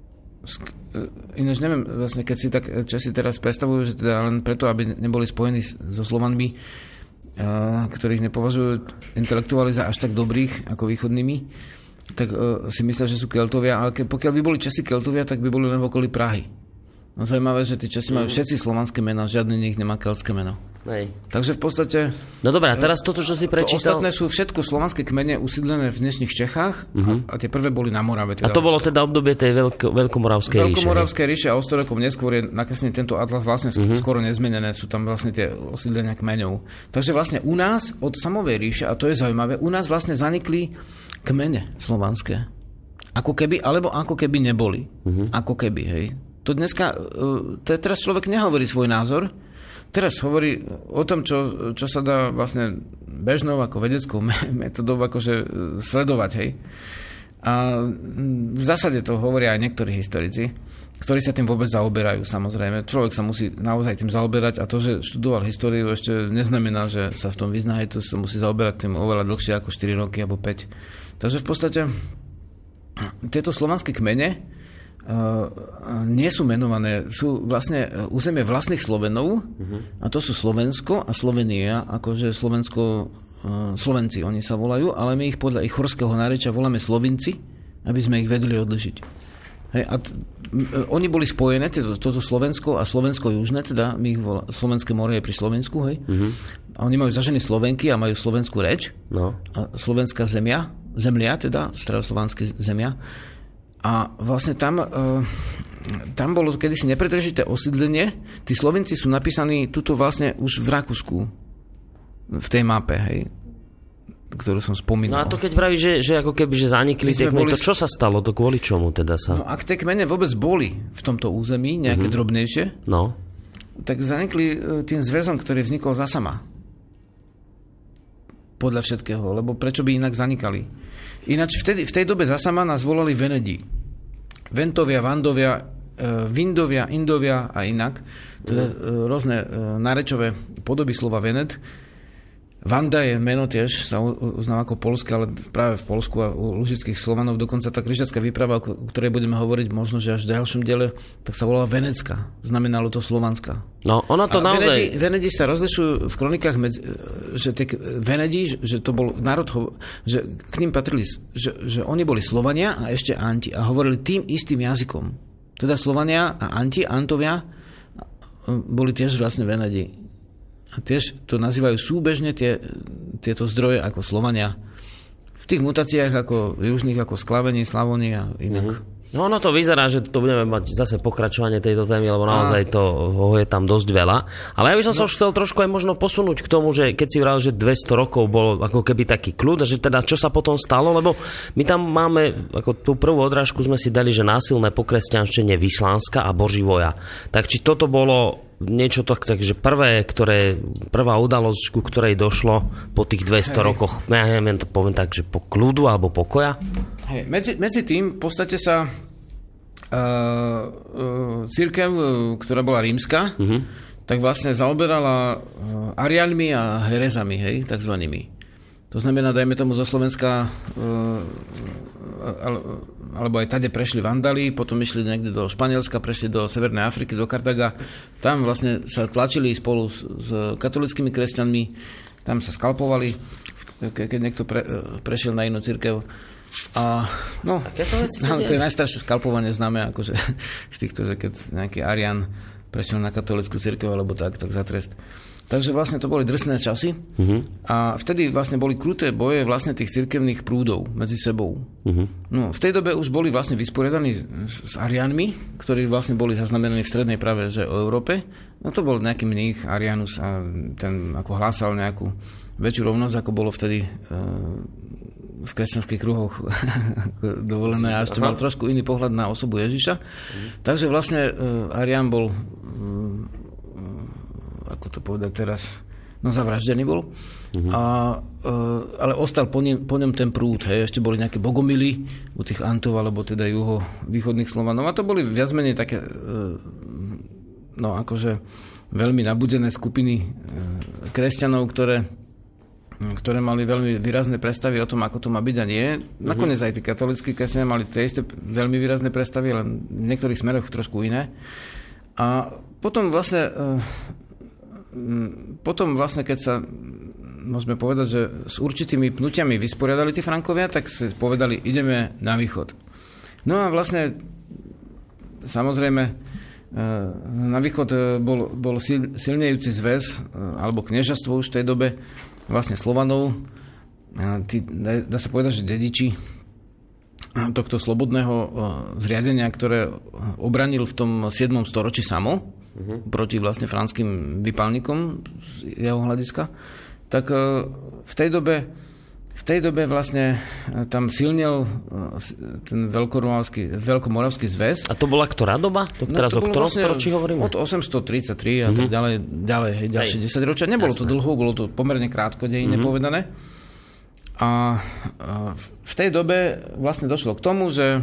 Ináč neviem, vlastne keď si tak Česi teraz predstavujú, že teda len preto, aby neboli spojení so Slovanmi, ktorých nepovažujú intelektuáli za až tak dobrých ako východnými, tak si myslia, že sú Keltovia, ale pokiaľ by boli Česi Keltovia, tak by boli len v okolí Prahy. No zaujímavé, že tí Česi majú všetci slovanské mená, žiadny z nich nemá keltské meno. Hej. Takže v podstate... No dobré, a teraz toto, čo si prečítal... Ostatné sú všetko slovanské kmene usídlené v dnešných Čechách a tie prvé boli na Morave. A Teda... to bolo teda obdobie tej Veľkomoravskej ríše. Veľkomoravskej ríše a o 100 rokov neskôr je nakreslený tento atlas vlastne skoro nezmenené. Sú tam vlastne tie osídlenia kmeňov. Takže vlastne u nás od samovej ríše, a to je zaujímavé, u nás vlastne zanikli kmene slovanské. Ako keby, alebo ako keby neboli. Ako keby, hej. To dneska, teraz človek nehovorí svoj názor, teraz hovorí o tom, čo sa dá vlastne bežnou ako vedeckou metodou akože sledovať, hej. A v zásade to hovoria aj niektorí historici, ktorí sa tým vôbec zaoberajú, samozrejme. Človek sa musí naozaj tým zaoberať a to, že študoval históriu, ešte neznamená, že sa v tom vyzná, to sa musí zaoberať tým oveľa dlhšie ako 4 roky alebo 5. Takže v podstate tieto slovanské kmene nie sú menované, sú vlastne územie vlastných Slovenov, a to sú Slovensko a Slovenia, akože Slovenci oni sa volajú, ale my ich podľa ich horského nárečia voláme Slovinci, aby sme ich vedeli odlišiť. Hej, a oni boli spojené, toto Slovensko a Slovensko južné, teda my ich Slovenské more je pri Slovensku, hej. A oni majú zažení Slovenky a majú slovenskú reč. No. A slovenská zemlia teda, staroslovanská zemia. A vlastne tam bolo kedysi nepretržité osídlenie. Tí Slovenci sú napísaní tuto vlastne už v Rakúsku. V tej mape, hej, ktorú som spomínal. No a to keď vraví, že ako keby že zanikli tie kmene, to čo sa stalo? To kvôli čomu teda sa? No ak tie kmene vôbec boli v tomto území, nejaké drobnejšie, tak zanikli tým zväzom, ktorý vznikol za sama. Podľa všetkého, lebo prečo by inak zanikali? Ináč v tej dobe za sama nás volali Venedi. Ventovia, Vandovia, Vindovia, Indovia a inak. Teda rôzne nárečové podoby slova Vened. Vanda je meno tiež, sa uznáva ako polské, ale práve v Polsku a u lužických Slovanov dokonca tá križacká výprava, o ktorej budeme hovoriť možno, že až v ďalšom diele, tak sa volala Venecka. Znamenalo to Slovanská. No, ono to naozaj... Venedi sa rozlišujú v kronikách, že tie Venedi, že to bol národ, že k ním patrili, že oni boli Slovania a ešte Anti a hovorili tým istým jazykom. Teda Slovania a Antovia boli tiež vlastne Venedi. A tiež to nazývajú súbežne tieto zdroje ako Slovania. V tých mutáciách ako južných, ako Sklavení, Slavoni a inak. No ono to vyzerá, že to budeme mať zase pokračovanie tejto témy, lebo naozaj toho je tam dosť veľa. Ale ja by som sa už chcel trošku aj možno posunúť k tomu, že keď si vral, že 200 rokov bol ako keby taký kľud, a že teda čo sa potom stalo, lebo my tam máme, ako tú prvú odrážku sme si dali, že násilné pokresťančenie Vyslánska a Boživoja. Tak či toto bolo niečo takže prvá udalosť, ku ktorej došlo po tých 200 rokoch, ja neviem to poviem tak, že po kľudu alebo pokoja? Hej, medzi tým v podstate sa cirkev, ktorá bola rímska, tak vlastne zaoberala ariánmi a herezami, hej, takzvanými. To znamená, dajme tomu zo Slovenska alebo aj tade prešli Vandali, potom išli niekde do Španielska, prešli do Severnej Afriky, do Kartaga. Tam vlastne sa tlačili spolu s katolickými kresťanmi, tam sa skalpovali, keď niekto prešiel na inú cirkev. A to je najstaršie skalpovanie známe, akože že keď nejaký Arián prešiel na katolickú cirkev alebo tak za trest. Takže vlastne to boli drsné časy a vtedy vlastne boli kruté boje vlastne tých cirkevných prúdov medzi sebou. No, v tej dobe už boli vlastne vysporiadaní s Ariánmi, ktorí vlastne boli zaznamenaní v strednej práve, že o Európe. No to bol nejaký mních Arianus a ten ako hlásal nejakú väčšiu rovnosť, ako bolo vtedy v kresťanských kruhoch dovolené a ešte mal trošku iný pohľad na osobu Ježiša. Takže vlastne Arián bol ako to povedať teraz, zavraždený bol. Ale ostal po ňom ten prúd. Hej. Ešte boli nejaké bogomily u tých Antov, alebo teda juhovýchodných Slovanov. A to boli viac menej také akože veľmi nabudené skupiny kresťanov, ktoré mali veľmi výrazné predstavy o tom, ako to má byť a nie. Nakoniec aj tí katolícki kresťania mali tie isté veľmi výrazné predstavy, len v niektorých smeroch trošku iné. A potom vlastne, keď sa môžeme povedať, že s určitými pnutiami vysporiadali tí Frankovia, tak si povedali, ideme na východ. No a vlastne samozrejme na východ bol silnejúci zväz alebo kniežastvo už v tej dobe vlastne Slovanov. Dá sa povedať, že dediči tohto slobodného zriadenia, ktoré obranil v tom 7. storočí samo proti vlastne franským vypálnikom z jeho hľadiska, tak v tej dobe vlastne tam silnil ten veľkomoravský zväz. A to bola ktorá doba? To teraz o ktorom storočí hovoríme? Od 833 a tak ďalej ďalšie 10 ročia. Nebolo to dlho, bolo to pomerne krátko dejine povedané. A v tej dobe vlastne došlo k tomu, že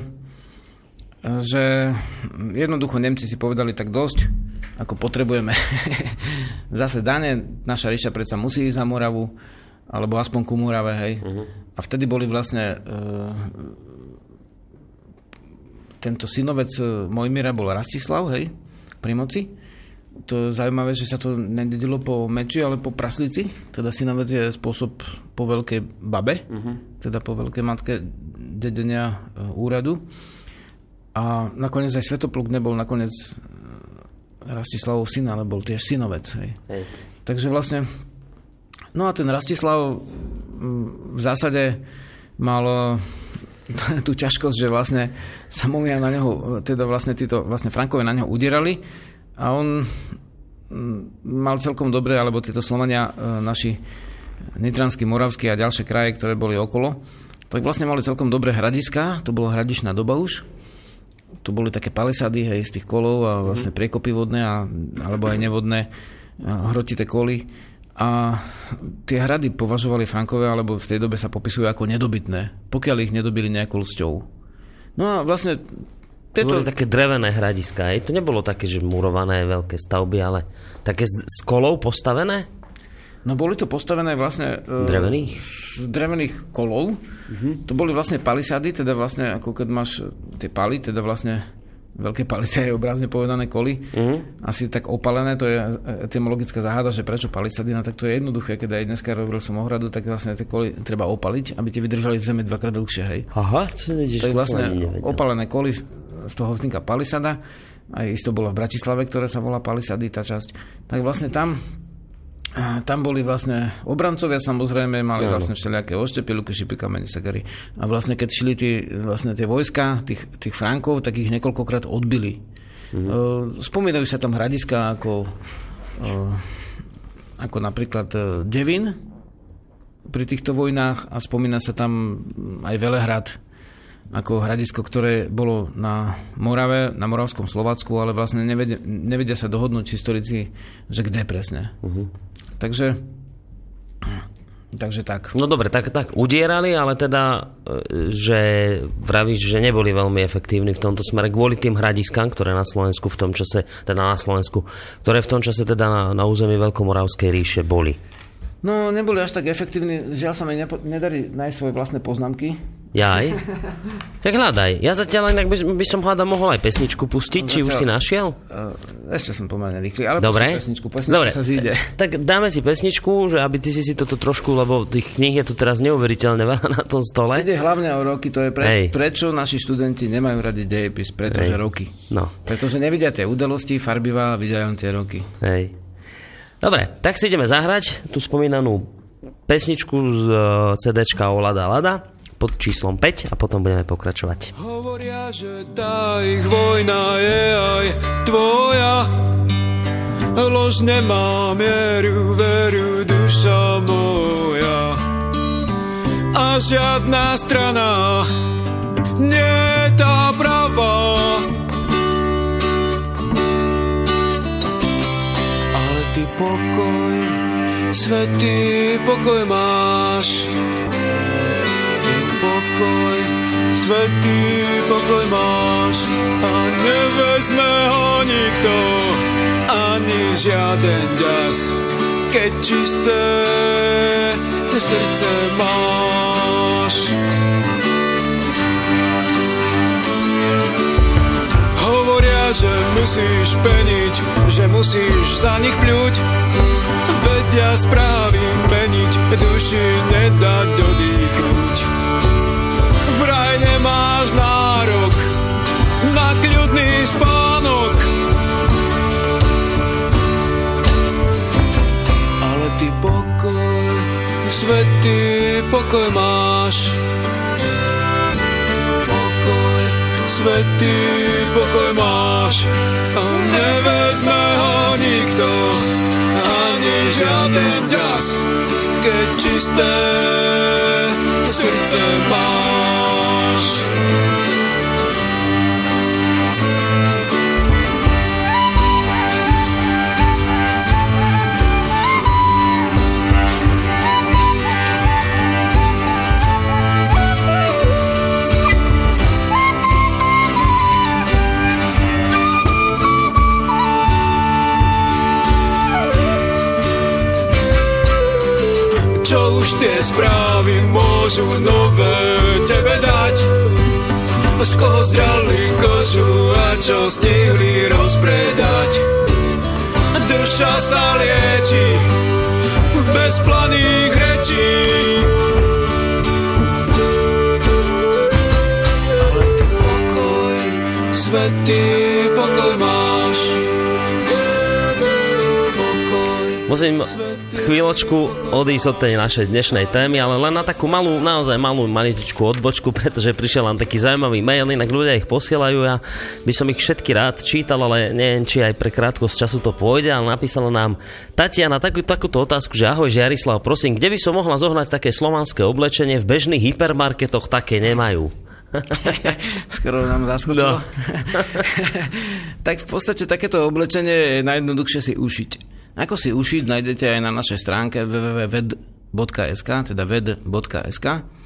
jednoducho Nemci si povedali tak dosť, ako potrebujeme zase dane, naša ríša predsa musí ísť za Moravu, alebo aspoň ku Morave, hej. A vtedy boli vlastne tento synovec Mojmíra bol Rastislav, hej, pri moci. To je zaujímavé, že sa to nededilo po meči, ale po praslici. Teda synovec je spôsob po veľkej babe, teda po veľkej matke dedenia úradu. A nakoniec aj Svetopluk nebol nakoniec Rastislavov syn, ale bol tiež synovec. Hej. Takže vlastne, no a ten Rastislav v zásade mal tú ťažkosť, že vlastne Samovia na neho, teda vlastne títo vlastne Frankovia na neho udierali a on mal celkom dobre, alebo títo Slovania, naši Nitranský, Moravský a ďalšie kraje, ktoré boli okolo, tak vlastne mali celkom dobré hradiska, to bola hradišná doba už, tu boli také palisady, hej, z tých kolov a vlastne priekopy vodné, alebo aj nevodné, hrotité koly. A tie hrady považovali Frankovia, alebo v tej dobe sa popisujú ako nedobytné, pokiaľ ich nedobili nejakou lsťou. No a vlastne to boli také drevené hradiska, to nebolo také, že murované veľké stavby, ale také z kolov postavené? No boli to postavené vlastne z drevených kolov. To boli vlastne palisady, teda vlastne ako keď máš tie paly, teda vlastne veľké palisady, obrazne povedané koly, asi tak opalené, to je etymologická záhada, že prečo palisady, no tak to je jednoduché, keď aj dneska robil som ohradu, tak vlastne tie koly treba opaliť, aby ti vydržali v zemi dvakrát dlhšie, hej. Aha, to je vlastne opalené koly, z toho vzniká palisada, aj isto bola v Bratislave, ktorá sa volá palisady, tá časť. Tak vlastne tam boli vlastne obrancovia, samozrejme, mali vlastne všelijaké oštepy, luky, šipy, kamene, sakary. A vlastne keď šli tie vojska, tých Frankov, tak ich niekoľkokrát odbili. Spomínajú sa tam hradiska ako napríklad Devín pri týchto vojnách a spomína sa tam aj Velehrad ako hradisko, ktoré bolo na Morave, na Moravskom Slovácku, ale vlastne nevedia sa dohodnúť historici, že kde presne. Takže tak. No dobre, tak udierali, ale teda, že vravíš, že neboli veľmi efektívni v tomto smere kvôli tým hradiskám, ktoré na Slovensku v tom čase, ktoré v tom čase teda na území Veľkomoravskej ríše boli. No, neboli až tak efektívni, žiaľ sa mi nedarí nájsť svoje vlastné poznámky. Jaj? Tak hľadaj. Ja zatiaľ inak by som mohol aj pesničku pustiť, či už si našiel? Ešte som pomerne rýchly, ale dobre. Pesnička dobre. Sa zíde. Tak dáme si pesničku, že aby ty si toto trošku, lebo tých kníh je tu teraz neuveriteľne veľa na tom stole. Ide hlavne o roky, to je prečo naši študenti nemajú radi dejepis, pretože roky. No. Pretože nevidia tie udalosti, farbivá, vidia len tie roky. Hej. Dobre, tak si ideme zahrať tú spomínanú pesničku z CDčka Olada Lada pod číslom 5 a potom budeme pokračovať. Hovoria, že tá ich vojna je aj tvoja, lož nemá mieru, veru, duša moja. A žiadna strana nie je tá pravá, ale ty pokoj, svätý pokoj máš. Pokoj, svätý pokoj máš a nevezme ho nikto, ani žiaden ďas, keď čisté srdce máš. Hovoria, že musíš peniť, že musíš za nich pľuť, vedia správy meniť, duši nedať oddychnúť. Vraj nemáš nárok na kľudný spánok, ale ty pokoj, svätý pokoj máš. Pokoj, svätý pokoj máš a nevezme ho nikto, ani žiaden ďas, keď čisté srdce máš. Čo už tie správy môžu nové tebe dať? z koho zdrali kožu a čo stihli rozpredať. Duša sa lieči bez planých rečí, ale ty pokoj, svätý pokoj máš. Musím chvíľočku odísť od tej našej dnešnej témy, ale len na takú malú, naozaj malú maličku odbočku, pretože prišiel nám taký zaujímavý mail, inak ľudia ich posielajú, ja by som ich všetky rád čítal, ale neviem, či aj pre krátkosť času to pôjde, ale napísala nám Tatiana takúto otázku, že ahoj Jarislav, prosím, kde by som mohla zohnať také slovanské oblečenie, v bežných hypermarketoch také nemajú. Skoro nám zaskočilo. No. Tak v podstate takéto oblečenie je najjednoduchšie si ušiť. Ako si ušiť, nájdete aj na našej stránke www.ved.sk, teda ved.sk.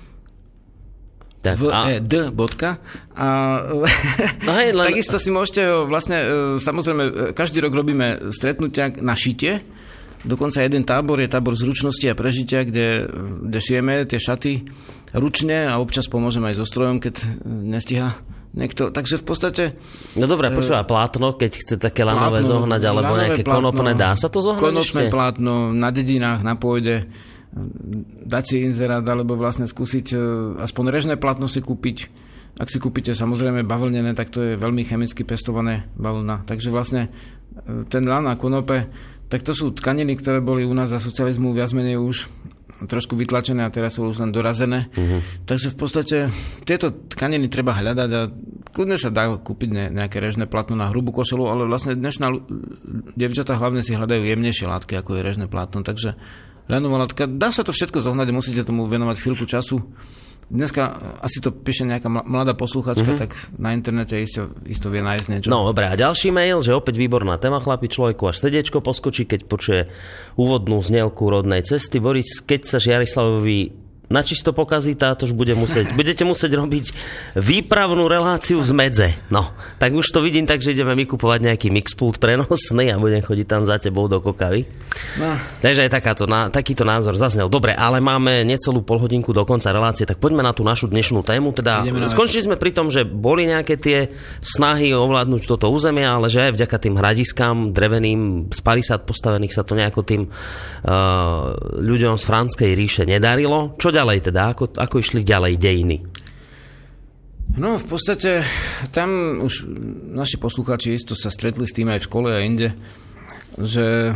Takisto si môžete vlastne, samozrejme, každý rok robíme stretnutia na šitie. Dokonca jeden tábor je tábor zručnosti a prežitia, kde šijeme tie šaty ručne a občas pomôžeme aj so strojom, keď nestíha niekto. Takže v podstate... No dobré, počúva plátno, keď chce také lanové zohnať, alebo nejaké konopné, dá sa to zohnať konopné ešte? Plátno na dedinách, na pôjde, dať si inzerát, alebo vlastne skúsiť aspoň režné plátno si kúpiť. Ak si kúpite samozrejme bavlnené, tak to je veľmi chemicky pestované bavlna. Takže vlastne ten lan a konope, tak to sú tkaniny, ktoré boli u nás za socializmu viac menej už trošku vytlačené a teraz sú už len dorazené. Takže v podstate tieto tkaniny treba hľadať a kľudne sa dá kúpiť nejaké režné plátno na hrubú košelu, ale vlastne dnešná dievčatá hlavne si hľadajú jemnejšie látky, ako je režné plátno. Takže ľanová látka, dá sa to všetko zohnať, musíte tomu venovať chvíľku času. Dneska asi to píše nejaká mladá posluchačka, tak na internete isto vie nájsť niečo. No dobré, a ďalší mail, že opäť výborná téma, chlapi, človeku až srdiečko poskočí, keď počuje úvodnú znielku rodnej cesty. Boris, keď sa Jarislavovi načisto pokazí, tátož budete musieť robiť výpravnú reláciu z medze. No, tak už to vidím tak, že ideme vykupovať nejaký mixpult prenosný a budem chodiť tam za tebou do kokavy. No. Takže aj takýto názor zaznel. Dobre, ale máme necelú polhodinku do konca relácie, tak poďme na tú našu dnešnú tému. Teda skončili sme pri tom, že boli nejaké tie snahy ovládnuť toto územie, ale že aj vďaka tým hradiskám dreveným z palisát postavených sa to nejako tým ľuďom z Franskej ríše nedarilo. Čo ďalej teda? Ako išli ďalej dejiny? No, v podstate tam už naši poslucháči isto sa stretli s tým aj v škole a inde, že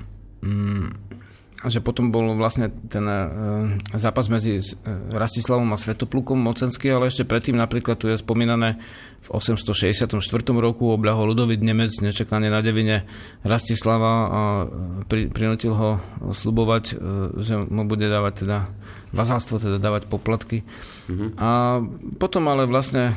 potom bol vlastne ten zápas medzi Rastislavom a Svätoplukom mocenský, ale ešte predtým napríklad tu je spomínané v 864 roku obľahol Ľudovít Nemec nečakane na Devine Rastislava a prinútil ho sľubovať, že mu bude dávať teda vazalstvo, teda dávať poplatky. A potom ale vlastne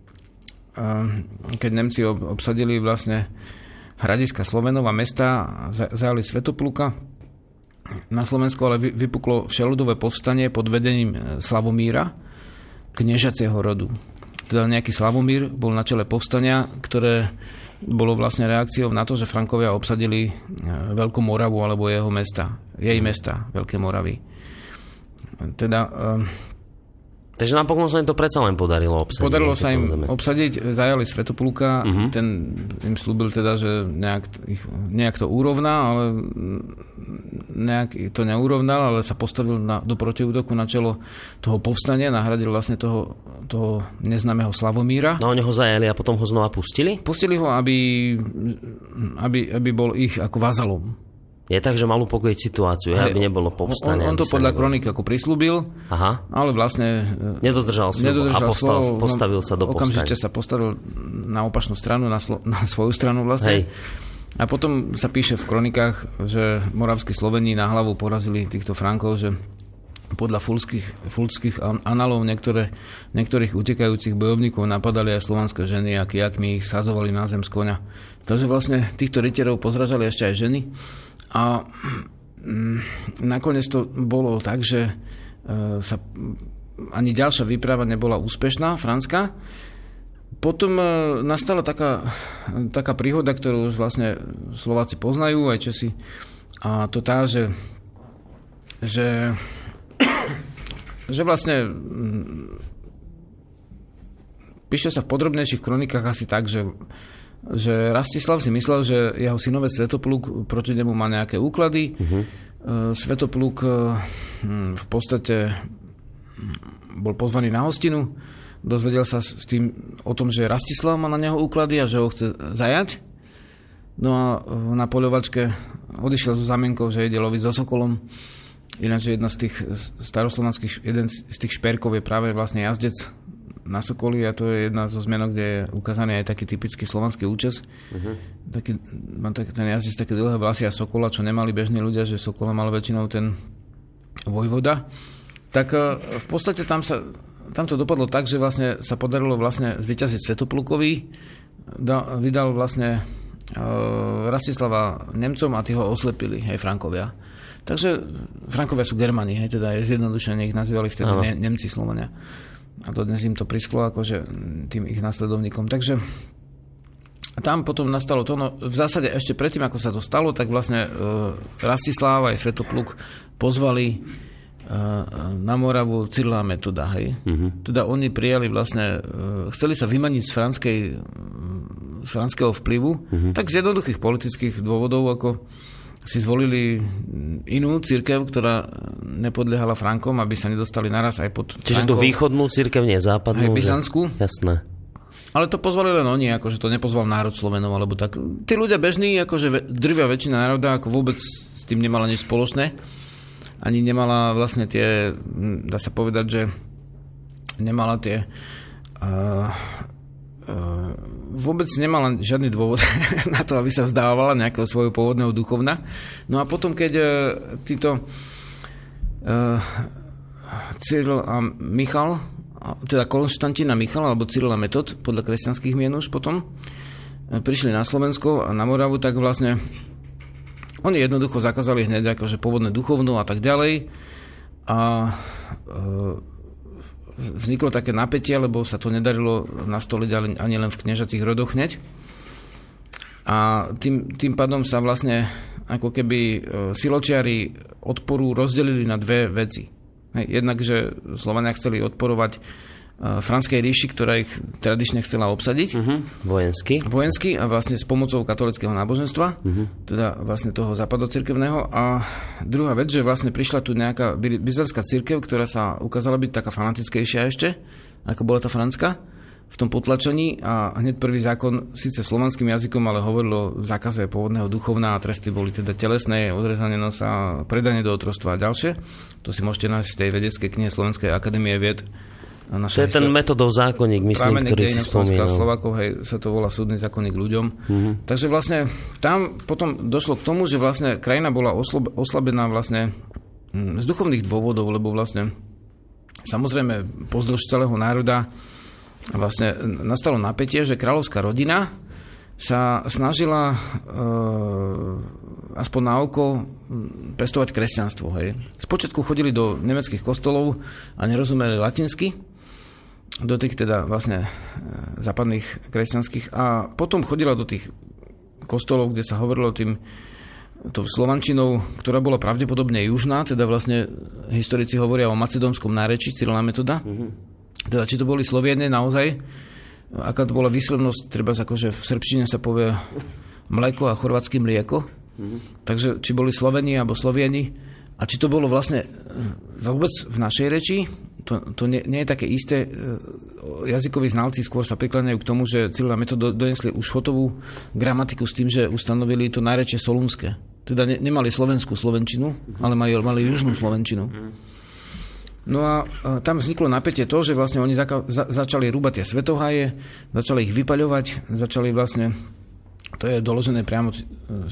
keď Nemci obsadili vlastne hradiska Slovenov a mesta, zajali Svätopluka na Slovensku, ale vypuklo všeľudové povstanie pod vedením Slavomíra, kniežacieho rodu. Teda nejaký Slavomír bol na čele povstania, ktoré bolo vlastne reakciou na to, že Frankovia obsadili Veľkú Moravu alebo jej mesta, Veľké Moravy. Takže napokon sa im to predsa len podarilo obsadiť. Podarilo sa im obsadiť, zajali Svätopluka, ten im slúbil teda, že nejak to urovná, ale nejak to neurovnal, ale sa postavil do protiútoku na čelo toho povstania, nahradil vlastne toho neznámeho Slavomíra. No oni ho zajali a potom ho znova pustili? Pustili ho, aby bol ich ako vazalom. Je tak, že mal upokojiť situáciu, aby nebolo povstania. On to podľa kroník ako prislúbil, ale vlastne nedodržal slovo a postavil sa do povstania. Okamžite sa postavil na opačnú stranu, na svoju stranu vlastne. Hej. A potom sa píše v kronikách, že moravskí Sloveni na hlavu porazili týchto Frankov, že podľa fulských analov niektorých utekajúcich bojovníkov napadali aj slovanské ženy a kijakmi ich sazovali na zem z koňa. Takže vlastne týchto rytierov pozražali ešte aj ženy. A nakoniec to bolo tak, že sa ani ďalšia výprava nebola úspešná, franská. Potom nastala taká príhoda, ktorú už vlastne Slováci poznajú, aj Česi. A to tá, že píše sa v podrobnejších kronikách asi tak, že Rastislav si myslel, že jeho synovec Svetopluk proti nemu má nejaké úklady. Svetopluk v podstate bol pozvaný na hostinu, dozvedel sa s tým o tom, že Rastislav má na neho úklady a že ho chce zajať. No a na poľovačke odišiel so zámienkou, že ide loviť so sokolom. Ináč jedna z tých staroslovanských, jeden z tých šperkov je práve vlastne jazdec na sokoli a to je jedna zo zmienok, kde je ukázaný aj taký typický slovanský účes. Mám ten jazdec také dlhé vlasy a sokola, čo nemali bežní ľudia, že sokola mal väčšinou ten vojvoda. Tak v podstate tam to dopadlo tak, že vlastne sa podarilo vlastne zvíťaziť Svetoplukovi, vydal vlastne Rastislava Nemcom a tí ho oslepili, hej, Frankovia. Takže Frankovia sú Germani, hej, teda je zjednodušene, ich nazývali vtedy Nemci, Slovania. A dodnes im to prisklo akože tým ich nasledovníkom. Takže tam potom nastalo to, no v zásade ešte predtým, ako sa to stalo, tak vlastne Rastislav aj Svetopluk pozvali na Moravu Cyrila a Metoda, hej. Teda oni prijali vlastne, chceli sa vymaniť z franského vplyvu, tak z jednoduchých politických dôvodov, ako si zvolili inú cirkev, ktorá nepodliehala Frankom, aby sa nedostali naraz aj pod Čiže tú východnú cirkev, nie západnú? Aj byzantskú. Jasné. Ale to pozvali len oni, akože to nepozval národ Slovenov, alebo tak. Tí ľudia bežní, akože drvia väčšina národa, ako vôbec s tým nemala nič spoločné. Ani nemala vlastne tie, dá sa povedať, že nemala tie vôbec nemala žiadny dôvod na to, aby sa vzdávala nejakého svojho pôvodného duchovna. No a potom, keď títo Cyril a Michal, teda Konštantín a Michal, alebo Cyril a Metod, podľa kresťanských mien už potom, prišli na Slovensko a na Moravu, tak vlastne oni jednoducho zakázali hneď akože pôvodné duchovno a tak ďalej. A vzniklo také napätie, lebo sa to nedarilo nastoliť ani len v kniežacích rodoch hneď. A tým pádom sa vlastne ako keby siločiari odporu rozdelili na dve veci. Jednak, že Slovania chceli odporovať Franskej ríši, ktorá ich tradične chcela obsadiť. Vojensky a vlastne s pomocou katolického náboženstva, teda vlastne toho západocirkevného. A druhá vec, že vlastne prišla tu nejaká byzantská cirkev, ktorá sa ukázala byť taká fanatickejšia ešte, ako bola tá franská, v tom potlačení a hneď prvý zákon, síce slovanským jazykom, ale hovoril o zákaze pôvodného duchovna a tresty boli teda telesné, odrezanie nosa, predanie do otrostva a ďalšie. To si môžete nájsť v tej vedeckej knihe Slovenskej akadémie vied. To je ten Metodov zákonník, myslím, ktorý si spomínal. Slovákov, hej, sa to volá súdny zákonník ľuďom. Takže vlastne tam potom došlo k tomu, že vlastne krajina bola oslabená vlastne z duchovných dôvodov, lebo vlastne samozrejme pozdĺž celého národa vlastne nastalo napätie, že kráľovská rodina sa snažila aspoň na oko pestovať kresťanstvo. Hej. Spočiatku chodili do nemeckých kostolov a nerozumeli latinsky, do tých teda vlastne západných kresťanských, a potom chodila do tých kostolov, kde sa hovorilo to slovančinou, ktorá bola pravdepodobne južná, teda vlastne historici hovoria o macedónskom nárečí Cyrila a Metoda. Teda či to boli Sloviene naozaj, aká to bola výslovnosť, treba akože v srbštine sa povie mléko a chorvátsky mlieko. Takže či boli Sloveni alebo Slovieni, a či to bolo vlastne vôbec v našej reči, to nie je také isté. Jazykoví znalci skôr sa prikláňajú k tomu, že Cyril a Metod donesli už hotovú gramatiku s tým, že ustanovili to nárečie solúnske. Teda nemali slovenskú slovenčinu, ale mali južnú slovenčinu. No a tam vzniklo napätie to, že vlastne oni začali rúbať tie svetoháje, začali ich vypaľovať, začali vlastne, to je doložené priamo v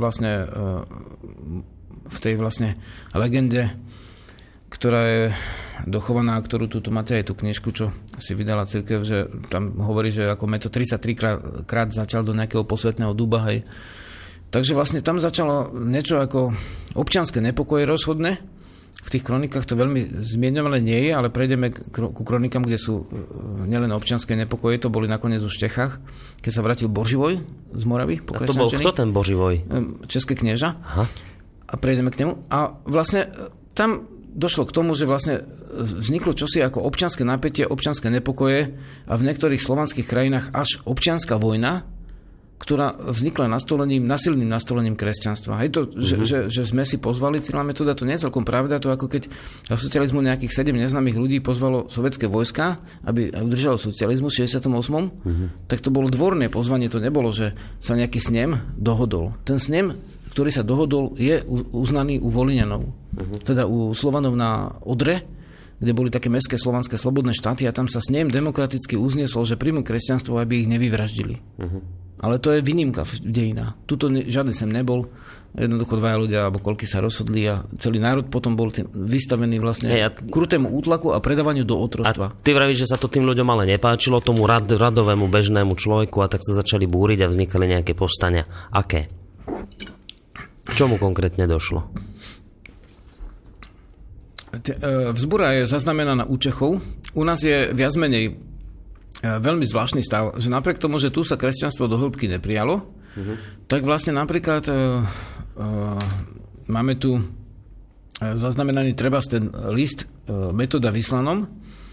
tej vlastne legende, ktorá je dochovaná, ktorú tu máte aj tú knižku, čo si vydala cirkev, že tam hovorí, že ako Metod 33 krát začal do nejakého posvetného duba, hej. Takže vlastne tam začalo niečo ako občianske nepokoje rozhodné. V tých kronikách to veľmi zmieňované nie je, ale prejdeme ku kronikám, kde sú nielen občianske nepokoje, to boli nakoniec už v Čechách, keď sa vrátil Boživoj z Moravy. A to bol kto ten Boživoj? Český knieža. Aha. A prejdeme k nemu. A vlastne tam došlo k tomu, že vlastne vzniklo čosi ako občianske napätie, občianske nepokoje a v niektorých slovanských krajinách až občianska vojna, ktorá vznikla nasilným nastolením kresťanstva. Hej to, že sme si pozvali Cyrila Metoda, to nie je celkom pravda, to ako keď v socializmu nejakých 7 neznámych ľudí pozvalo sovietské vojska, aby udržalo socializmus v 68. Tak to bolo dvorné pozvanie, to nebolo, že sa nejaký snem dohodol. Ten snem, ktorý sa dohodol, je uznaný u Volíňanov. Teda u Slovanov na Odre, kde boli také mestské slovanské slobodné štáty a tam sa snem demokraticky uzniesol, že príjmu kresťanstvo, aby ich nevyvraždili. Ale to je výnimka v dejinách. Tuto žiadny sem nebol. Jednoducho dvaja ľudia, alebo koľky sa rozhodli a celý národ potom bol vystavený vlastne krutému útlaku a predávaniu do otroctva. A ty vravíš, že sa to tým ľuďom ale nepáčilo, tomu radovému bežnému človeku, a tak sa začali búriť a vznikali nejaké povstania. Aké? K čomu konkrétne došlo? Vzbura je zaznamenaná u Čechov. U nás je viac menej veľmi zvláštny stav, že napriek tomu, že tu sa kresťanstvo do hĺbky neprijalo, tak vlastne napríklad máme tu zaznamenaný trebárs ten list Metoda Vyslanom,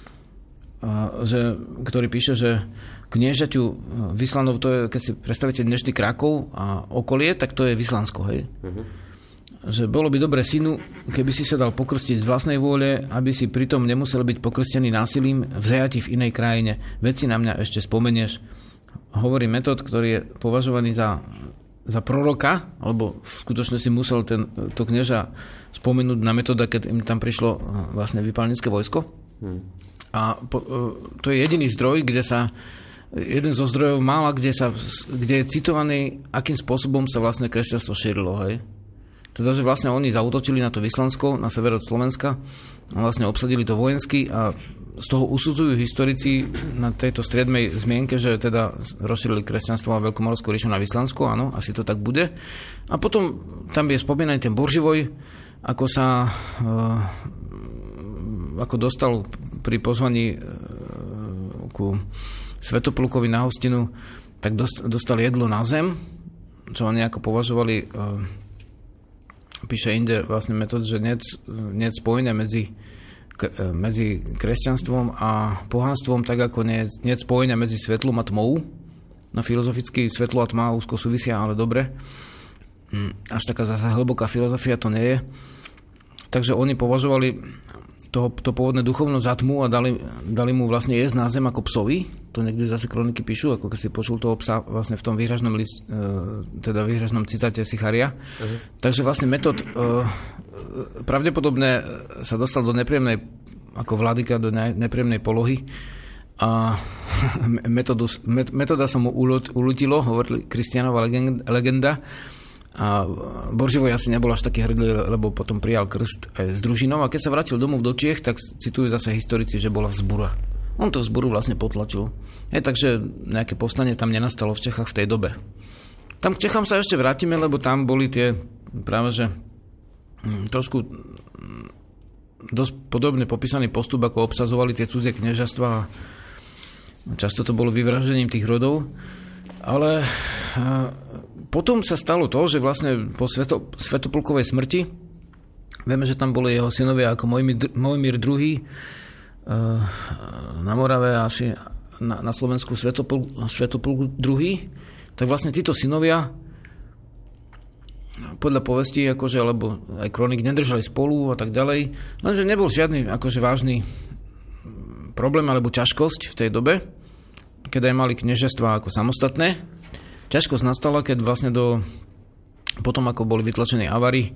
ktorý píše, že kniežaťu Vyslanov, to je, keď si predstavíte dnešný Krakov a okolie, tak to je Vyslansko, hej? Že bolo by dobre synu, keby si sa dal pokrstiť z vlastnej vôle, aby si pritom nemusel byť pokrstený násilím v zajati v inej krajine. Veď si na mňa ešte spomenieš. Hovorí Metod, ktorý je považovaný za proroka, alebo v skutočnosti musel to knieža spomenúť na Metoda, keď im tam prišlo vlastne vypálnické vojsko. A to je jediný zdroj, jeden zo zdrojov mála, kde je citovaný, akým spôsobom sa vlastne kresťanstvo šírilo, hej. Teda, že vlastne oni zaútočili na to Vyslansko, na sever od Slovenska a vlastne obsadili to vojensky a z toho usudzujú historici na tejto striedmej zmienke, že teda rozšírili kresťanstvo a Veľkomorskú ríšu na Vyslansko, áno, asi to tak bude. A potom tam je spomínaný ten Borživoj, ako dostal pri pozvaní ku Svätoplukovi na hostinu, tak dostal jedlo na zem, čo oni ako považovali, píše inde vlastne Metod, že nie spojenia medzi kresťanstvom a pohanstvom, tak ako nie spojenia medzi svetlom a tmou. No filozoficky svetlo a tma úzko súvisia, ale dobre. Až taká zasa hlboká filozofia to nie je. Takže oni považovali to pôvodné duchovno za tmu a dali mu vlastne jesť na zem ako psovi. To niekde zase kroniky píšu, ako keď si počul toho psa vlastne v tom výhražnom citáte Sicharia. Takže vlastne Metod pravdepodobne sa dostal do nepríjemnej, ako vladyka, do nepríjemnej polohy a Metoda sa mu ulutilo, hovorili Kristiánova legenda. A Borživoj asi nebol až taký hrdý, lebo potom prijal krst aj s družinou. A keď sa vrátil domov do Čiech, tak citujú zase historici, že bola vzbura. On to vzburu vlastne potlačil. Takže nejaké povstanie tam nenastalo v Čechách v tej dobe. Tam k Čechám sa ešte vrátime, lebo tam boli tie práve že trošku dosť podobne popísaný postup, ako obsazovali tie cudzie kniežastva. Často to bolo vyvražením tých rodov. Ale potom sa stalo to, že vlastne po Svätoplukovej smrti, vieme, že tam boli jeho synovia ako Mojmír II, na Morave asi na Slovensku Svätopluk II, tak vlastne títo synovia podľa povestí, akože, alebo aj kronik nedržali spolu a tak ďalej, lenže nebol žiadny akože vážny problém alebo ťažkosť v tej dobe, keď aj mali kniežastva ako samostatné. Ťažkosť nastala, keď vlastne potom ako boli vytlačení Avári,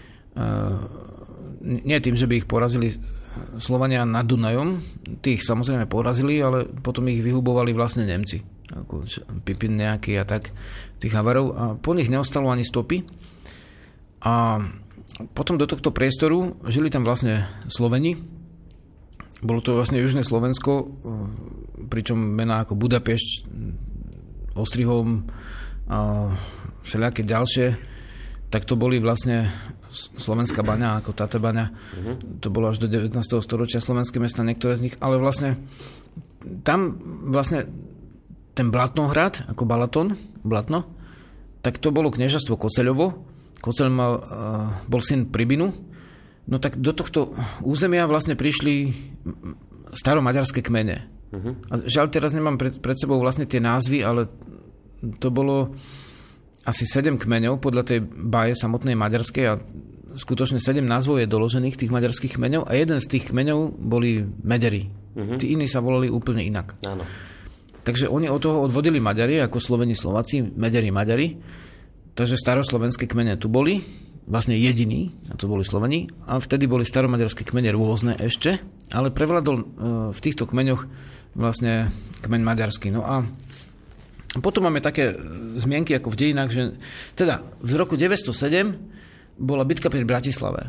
nie tým, že by ich porazili Slovania nad Dunajom, tých samozrejme porazili, ale potom ich vyhubovali vlastne Nemci, ako Pipin nejaký a tak, tých Avarov, a po nich neostalo ani stopy. A potom do tohto priestoru žili tam vlastne Sloveni. Bolo to vlastne južné Slovensko, pričom mená ako Budapešť, Ostrihom a všelijaké ďalšie, tak to boli vlastne Slovenská baňa, ako Táta baňa. To bolo až do 19. storočia slovenské mesta, niektoré z nich, ale vlastne tam vlastne ten Blatnohrad, ako Blatno, tak to bolo kniežastvo Koceľovo. Koceľ bol syn Pribinu No tak do tohto územia vlastne prišli staromaďarské kmene. A žiaľ, teraz nemám pred sebou vlastne tie názvy, ale to bolo asi 7 kmeňov podľa tej báje samotnej maďarskej a skutočne 7 názvov je doložených tých maďarských kmeňov a jeden z tých kmeňov boli Mederi. Tí iní sa volali úplne inak. Áno. Takže oni od toho odvodili Maďari, ako Sloveni, Slováci, Mederi, Maďari. Takže staroslovenské kmene tu boli, vlastne jediní, a to boli Sloveni, a vtedy boli staromaďarské kmene rôzne ešte, ale prevládol v týchto kmeňoch vlastne kmeň maďarský. No a potom máme také zmienky ako v dejinách, že teda v roku 907 bola bitka pri Bratislave.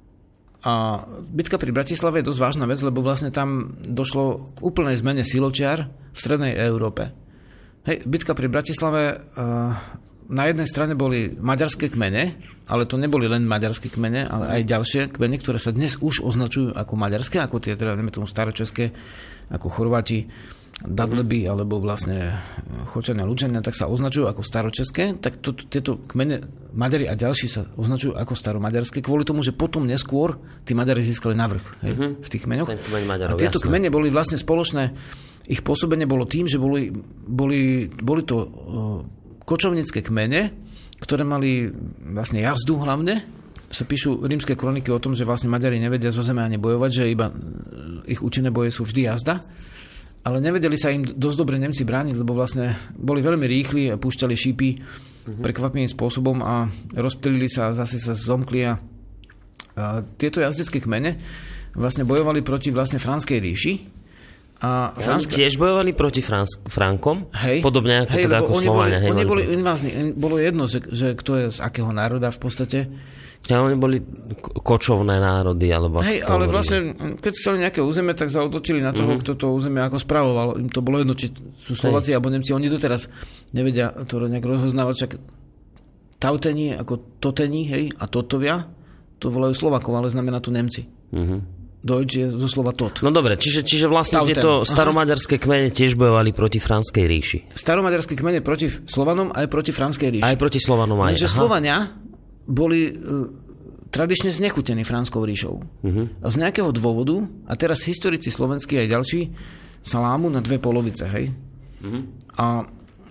A bitka pri Bratislave je dosť vážna vec, lebo vlastne tam došlo k úplnej zmene siločiar v strednej Európe. Hej, bitka pri Bratislave, na jednej strane boli maďarské kmene, ale to neboli len maďarské kmene, ale aj ďalšie kmene, ktoré sa dnes už označujú ako maďarské, ako tie, teda neviem tomu staročeské, ako Chorváti, Dadleby, alebo vlastne Chočania, Lučania, tak sa označujú ako staročeské, tak tieto kmene Maďari a ďalší sa označujú ako staromaďarské, kvôli tomu, že potom neskôr tí Maďari získali navrch v tých kmeňoch. Maďarov, a tieto kmene boli vlastne spoločné, ich pôsobenie bolo tým, že boli to kočovnícke kmene, ktoré mali vlastne jazdu hlavne. Sa píšu rímske kroniky o tom, že vlastne Maďari nevedia zo zeme ani bojovať, že iba ich účinné boje sú vždy jazda. Ale nevedeli sa im dosť dobre Nemci brániť, lebo vlastne boli veľmi rýchli a púšťali šípy prekvapivým spôsobom a rozptýlili sa, zase sa zomkli a tieto jazdecké kmene vlastne bojovali proti vlastne Franskej ríši. A Oni tiež bojovali proti Frankom? Hej, podobne ako teda ako Slovania. Oni boli invázni. Bolo jedno, že kto je z akého národa v podstate. Ja, oni boli kočovné národy, alebo... Hej, ale vlastne, keď chceli nejaké územie, tak zaútočili na toho, kto to územie ako spravoval. Im to bolo jedno, či sú Slováci alebo Nemci. Oni doteraz nevedia to nejak rozoznávať, však Tautení ako Totení, hej, a Totovia, to volajú Slovakov, ale znamená to Nemci. Deutsch je zo slova tot. No dobre, čiže vlastne Tauten. tieto staromaďarské kmene tiež bojovali proti Franskej ríši. Staromaďarské kmene proti Slovanom aj proti Franskej ríši. Aj proti Slovanom aj. Takže Slovania boli tradične znechutení Franskou ríšou. A z nejakého dôvodu, a teraz historici slovenskí aj ďalší, sa lámu na dve polovice, hej? A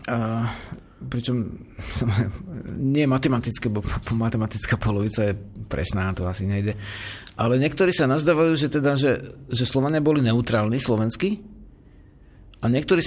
pričom nie matematické, bo matematická polovica je presná, to asi nejde. Ale niektorí sa nazdávajú, že Slovania boli neutrálni, slovenskí, a niektorí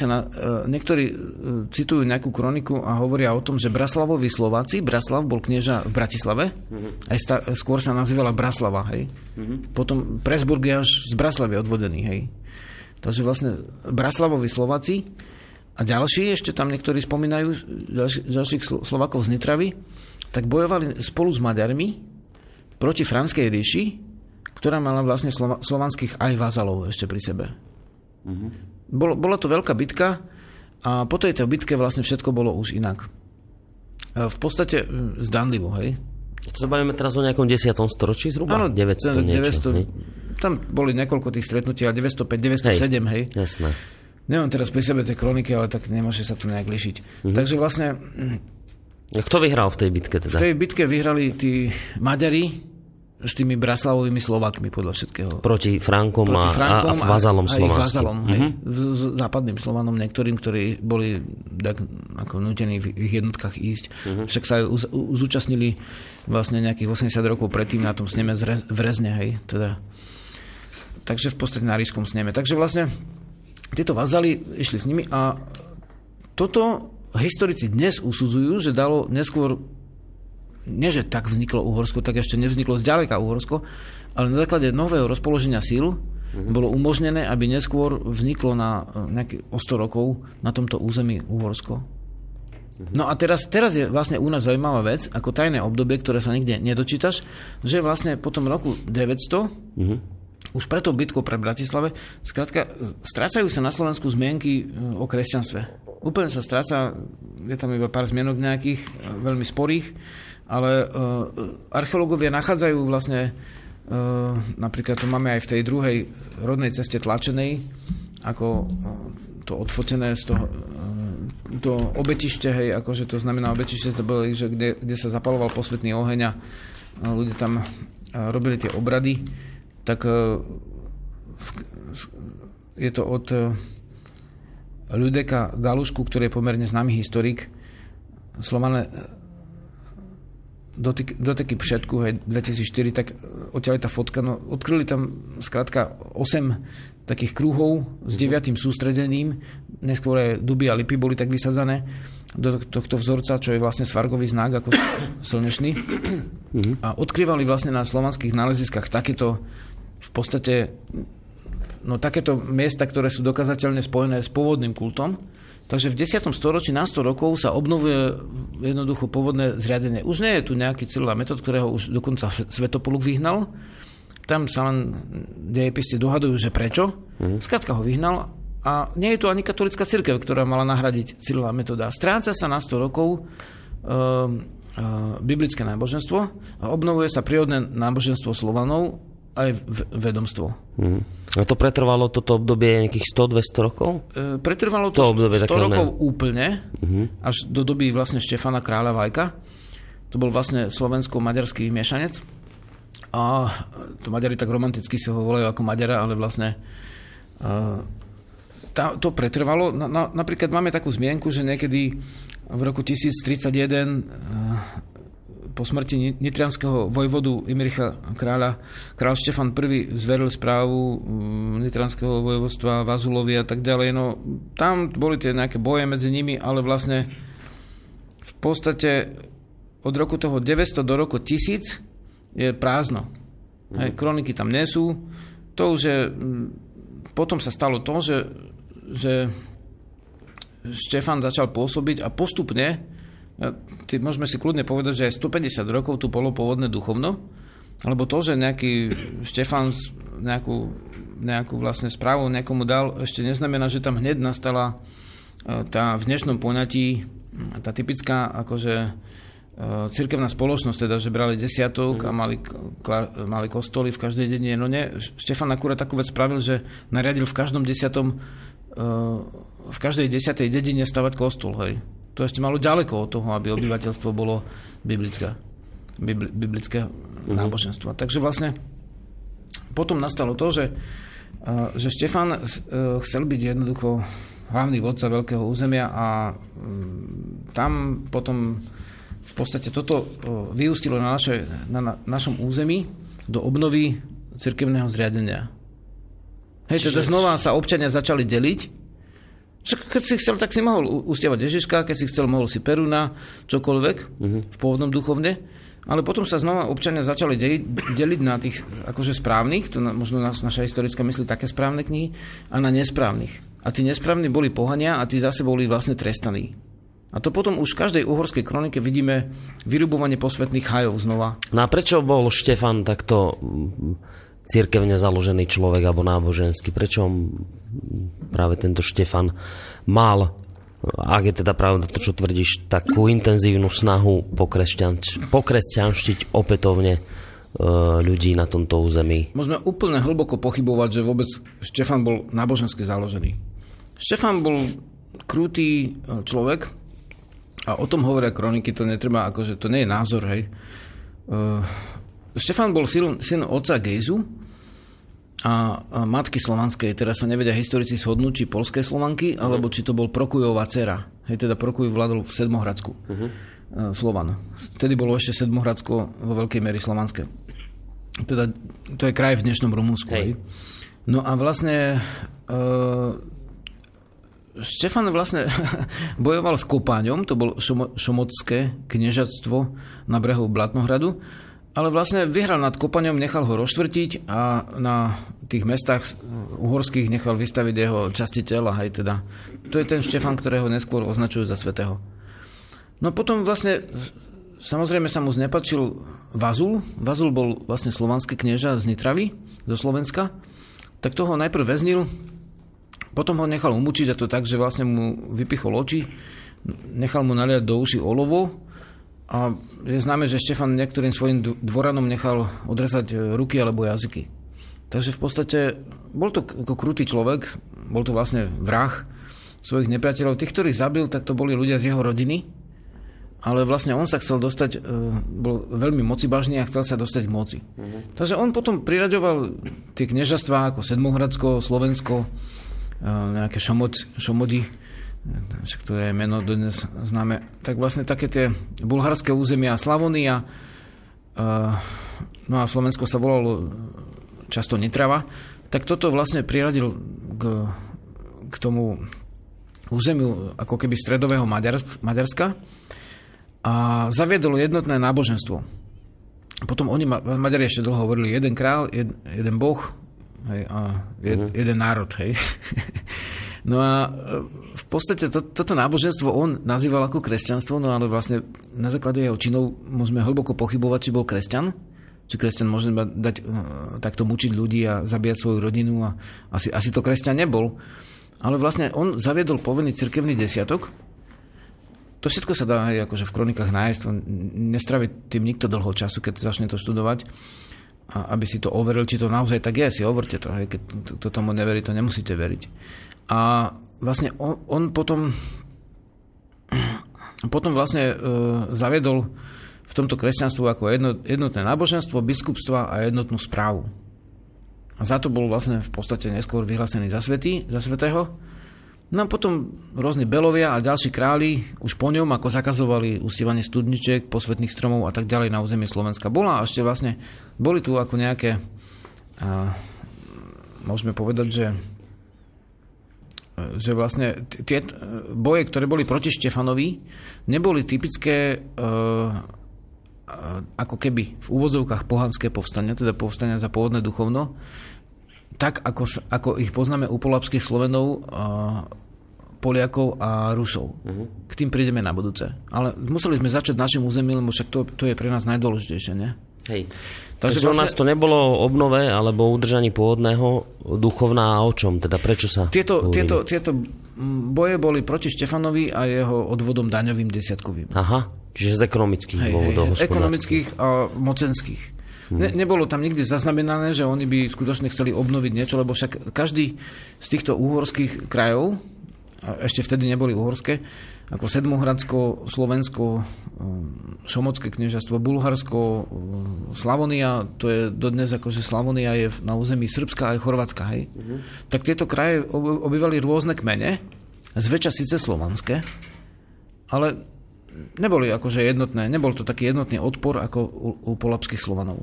citujú nejakú kroniku a hovoria o tom, že Braslavovi Slováci, Braslav bol knieža v Bratislave, aj skôr sa nazývala Braslava, hej. Potom Presburg je až z Braslavy odvodený, hej. Takže vlastne Braslavovi Slováci a ďalší, ešte tam niektorí spomínajú, ďalších Slovákov z Nitravy, tak bojovali spolu s Maďarmi proti Franskej ríši, ktorá mala vlastne slovanských aj vazalov ešte pri sebe. Bola to veľká bitka a po tejto bitke vlastne všetko bolo už inak. V podstate zdanlivo, hej. To sa bavíme teraz o nejakom 10. storočí zhruba? Áno, 900 niečo. 900, tam boli niekoľko tých stretnutí, ale 905, 907, hej. Jasné. Nemám teraz pri sebe tie kroniky, ale tak nemôže sa tu nejak lišiť. Takže vlastne... Kto vyhral v tej bitke teda? V tej bitke vyhrali tí Maďari s tými Braslavovými Slovákmi podľa všetkého. Proti Frankom a vazalom slovanským. Západným Slovanom niektorým, ktorí boli tak ako nútení v ich jednotkách ísť. Však sa zúčastnili vlastne nejakých 80 rokov predtým na tom sneme v Rezne, hej. Teda. Takže v podstate na Ríšskom sneme. Takže vlastne títo vazali išli s nimi a toto historici dnes usudzujú, že dalo neskôr, nie že tak vzniklo Uhorsko, tak ešte nevzniklo zďaleka Uhorsko, ale na základe nového rozpoloženia síl bolo umožnené, aby neskôr vzniklo na nejakých o 100 rokov na tomto území Uhorsko. No a teraz je vlastne u nás zaujímavá vec, ako tajné obdobie, ktoré sa nikde nedočítaš, že vlastne po tom roku 900 už pre tou bitkou pre Bratislave skrátka strácajú sa na Slovensku zmienky o kresťanstve. Úplne sa stráca, je tam iba pár zmienok nejakých, veľmi sporých, ale archeológovia nachádzajú vlastne, napríklad to máme aj v tej druhej rodnej ceste tlačenej, ako to odfotené z toho to obetište, hej, akože to znamená obetište, že kde sa zapaloval posvetný oheň a ľudia tam robili tie obrady, tak je to od Ľudeka Galušku, ktorý je pomerne známy historik, Slované doteky všetku, 2004, tak odtiaľ je tá fotka, no odkryli tam skrátka 8 takých krúhov s 9. sústredeným, neskôr aj duby a lipy boli tak vysadzané do tohto vzorca, čo je vlastne svargový znak ako slnečný. A odkrývali vlastne na slovanských náleziskách takéto v podstate takéto miesta, ktoré sú dokázateľne spojené s pôvodným kultom. Takže v 10. storočí na 100 rokov sa obnovuje jednoducho pôvodné zriadenie. Už nie je tu nejaký Cyril a Metod, ktorého už dokonca Svätopoluk vyhnal. Tam sa len dejepisci dohadujú, že prečo. Skrátka ho vyhnal. A nie je tu ani katolícka cirkev, ktorá mala nahradiť Cyrila a Metoda. Stráca sa na 100 rokov biblické náboženstvo a obnovuje sa prírodné náboženstvo Slovanov aj vedomstvo. A to pretrvalo toto obdobie nejakých 100-200 rokov? Pretrvalo to 100 rokov úplne, až do doby vlastne Štefana kráľa Vajka. To bol vlastne slovensko-maďarský miešanec. A to Maďari tak romanticky si ho volajú ako Maďara, ale vlastne to pretrvalo. Napríklad máme takú zmienku, že niekedy v roku 1031 po smrti nitrianskeho vojvodu Imricha kráľa, král Štefan I zveril správu nitrianskeho vojvodstva Vazulovi a tak ďalej. No, tam boli tie nejaké boje medzi nimi, ale vlastne v podstate od roku toho 900 do roku 1000 je prázdno. Kroniky tam nie sú. To už je, potom sa stalo to, že Štefan začal pôsobiť a postupne môžeme si kľudne povedať, že aj 150 rokov tu bolo pôvodné duchovno, alebo to, že nejaký Štefan nejakú vlastne správu niekomu dal, ešte neznamená, že tam hneď nastala tá v dnešnom poňatí tá typická akože cirkevná spoločnosť, teda, že brali desiatok a mali kostoly v každej dedine. No nie, Štefan akurát takú vec spravil, že nariadil v každom v každej 10. dedine stavať kostol, hej. To ešte malo ďaleko od toho, aby obyvateľstvo bolo biblické náboženstvo. Takže vlastne potom nastalo to, že Štefan chcel byť jednoducho hlavný vodca veľkého územia a tam potom v podstate toto vyústilo na našom území do obnovy cirkevného zriadenia. Hej, teda znova sa občania začali deliť. Keď si chcel, tak si mohol uctievať Ježiška, keď si chcel, mohol si Peruna, čokoľvek v pôvodnom duchovne. Ale potom sa znova občania začali deliť na tých akože správnych, to možno naša historická myslí také správne knihy, a na nesprávnych. A tí nesprávni boli pohania a tí zase boli vlastne trestaní. A to potom už v každej uhorskej kronike vidíme vyrubovanie posvätných hajov znova. No a prečo bol Štefan takto cirkevne založený človek alebo náboženský? Prečo práve tento Štefan mal, ak je teda pravda to, čo tvrdíš, takú intenzívnu snahu pokresťanštiť opätovne ľudí na tomto území? Môžeme úplne hlboko pochybovať, že vôbec Štefan bol nábožensky založený. Štefan bol krutý človek a o tom hovoria kroniky, to netreba, akože to nie je názor, hej. Štefan bol syn otca Gejzu a matky slovanskej. Teraz sa nevedia historici shodnúť, či poľské Slovanky, alebo či to bol Prokujová dcera. Hej, teda Prokuj vládol v Sedmohradsku. Slovan. Vtedy bolo ešte Sedmohradsko vo veľkej miery slovanské. Teda to je kraj v dnešnom Rumunsku. Hej. No a vlastne Štefan vlastne bojoval s Kopáňom, to bol šomotské kniežatstvo na brehu Blatnohradu, ale vlastne vyhral nad Kopaňom, nechal ho rozštvrtiť a na tých mestách uhorských nechal vystaviť jeho časti tela. Hej, teda. To je ten Štefan, ktorého neskôr označujú za svätého. No potom vlastne, samozrejme sa mu znepačil Vazul. Vazul bol vlastne slovanský knieža z Nitravy, zo Slovenska. Tak toho najprv väznil, potom ho nechal umučiť, a to tak, že vlastne mu vypichol oči, nechal mu naliať do uši olovo. A je známe, že Štefan niektorým svojim dvoranom nechal odrezať ruky alebo jazyky. Takže v podstate bol to ako krutý človek, bol to vlastne vrah svojich nepriateľov. Tých, ktorých zabil, tak to boli ľudia z jeho rodiny. ale vlastne on sa chcel dostať, bol veľmi mocibažný a chcel sa dostať k moci. Takže on potom priraďoval tie kniežatvá ako Sedmohradsko, Slovensko, nejaké Šomody, však to je meno dodnes známe, tak vlastne také tie bulharské územia, Slavonia, no a Slovensko sa volalo často Nitrava, tak toto vlastne priradil k tomu územiu ako keby stredového Maďarska a zaviedol jednotné náboženstvo. Potom oni, Maďari ešte dlho hovorili jeden král, jeden boh, hej, a jeden národ. Hej. No a v podstate toto náboženstvo on nazýval ako kresťanstvo, no ale vlastne na základe jeho činov môžeme hlboko pochybovať, či bol kresťan, či kresťan môže dať takto mučiť ľudí a zabíjať svoju rodinu a asi to kresťan nebol. Ale vlastne on zaviedol povinný cirkevný desiatok. To všetko sa dá aj akože v kronikách nájsť. Nestraví tým nikto dlho času, keď začne to študovať, a aby si to overil, či to naozaj tak je. Si overte to. Hej. Keď kto tomu neverí, to nemusíte veriť. A vlastne on potom vlastne zaviedol v tomto kresťanstvu ako jednotné náboženstvo, biskupstva a jednotnú správu. A za to bol vlastne v podstate neskôr vyhlásený za svätého. No a potom rôzni belovia a ďalší králi už po ňom, ako zakazovali ustievanie studničiek, posvätných stromov a tak ďalej na území Slovenska. Bola a ešte vlastne boli tu ako nejaké, môžeme povedať, že vlastne tie boje, ktoré boli proti Štefanovi, neboli typické ako keby v úvodzovkách pohanské povstania, teda povstania za pôvodné duchovno, tak ako ich poznáme u polabských Slovenov, Poliakov a Rusov. K tým prídeme na budúce. Ale museli sme začať našim územím, lebo však to je pre nás najdôležitejšie, ne? Hej. Takže vlastne, u nás to nebolo obnove alebo udržaní pôvodného duchovná, a o čom? Teda prečo sa... Tieto boje boli proti Štefanovi a jeho odvodom daňovým desiatkovým. Aha, čiže z ekonomických dôvodov. Ekonomických a mocenských. Nebolo tam nikdy zaznamenané, že oni by skutočne chceli obnoviť niečo, lebo však každý z týchto uhorských krajov, a ešte vtedy neboli uhorské, ako Sedmohradsko, Slovensko, Šomodské kniežastvo, Bulharsko, Slavonia, to je dodnes akože Slavonia je na území Srbska aj Chorvátska, hej. Tak tieto kraje obyvali rôzne kmene, zväčša síce slovanské, ale neboli akože jednotné, nebol to taký jednotný odpor ako u polabských Slovanov.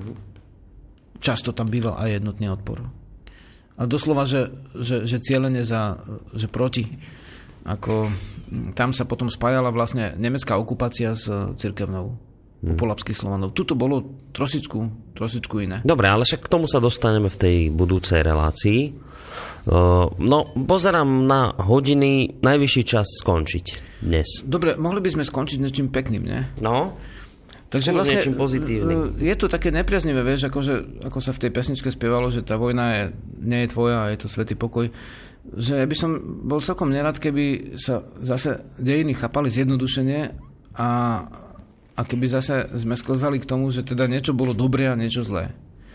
Často tam býval aj jednotný odpor. A doslova, že cieľene že proti. Ako tam sa potom spájala vlastne nemecká okupácia s cirkevnou u polabských Slovanov. Tuto bolo trošičku iné. Dobre, ale však k tomu sa dostaneme v tej budúcej relácii. No, pozerám na hodiny, najvyšší čas skončiť dnes. Dobre, mohli by sme skončiť niečím pekným, ne? No, takže vlastne niečím pozitívnym. Je to také nepriaznivé, vieš, ako sa v tej pesničke spievalo, že tá vojna nie je tvoja, je to svätý pokoj. Že ja by som bol celkom nerad, keby sa zase dejiny chápali zjednodušene a keby zase sme sklzali k tomu, že teda niečo bolo dobré a niečo zlé.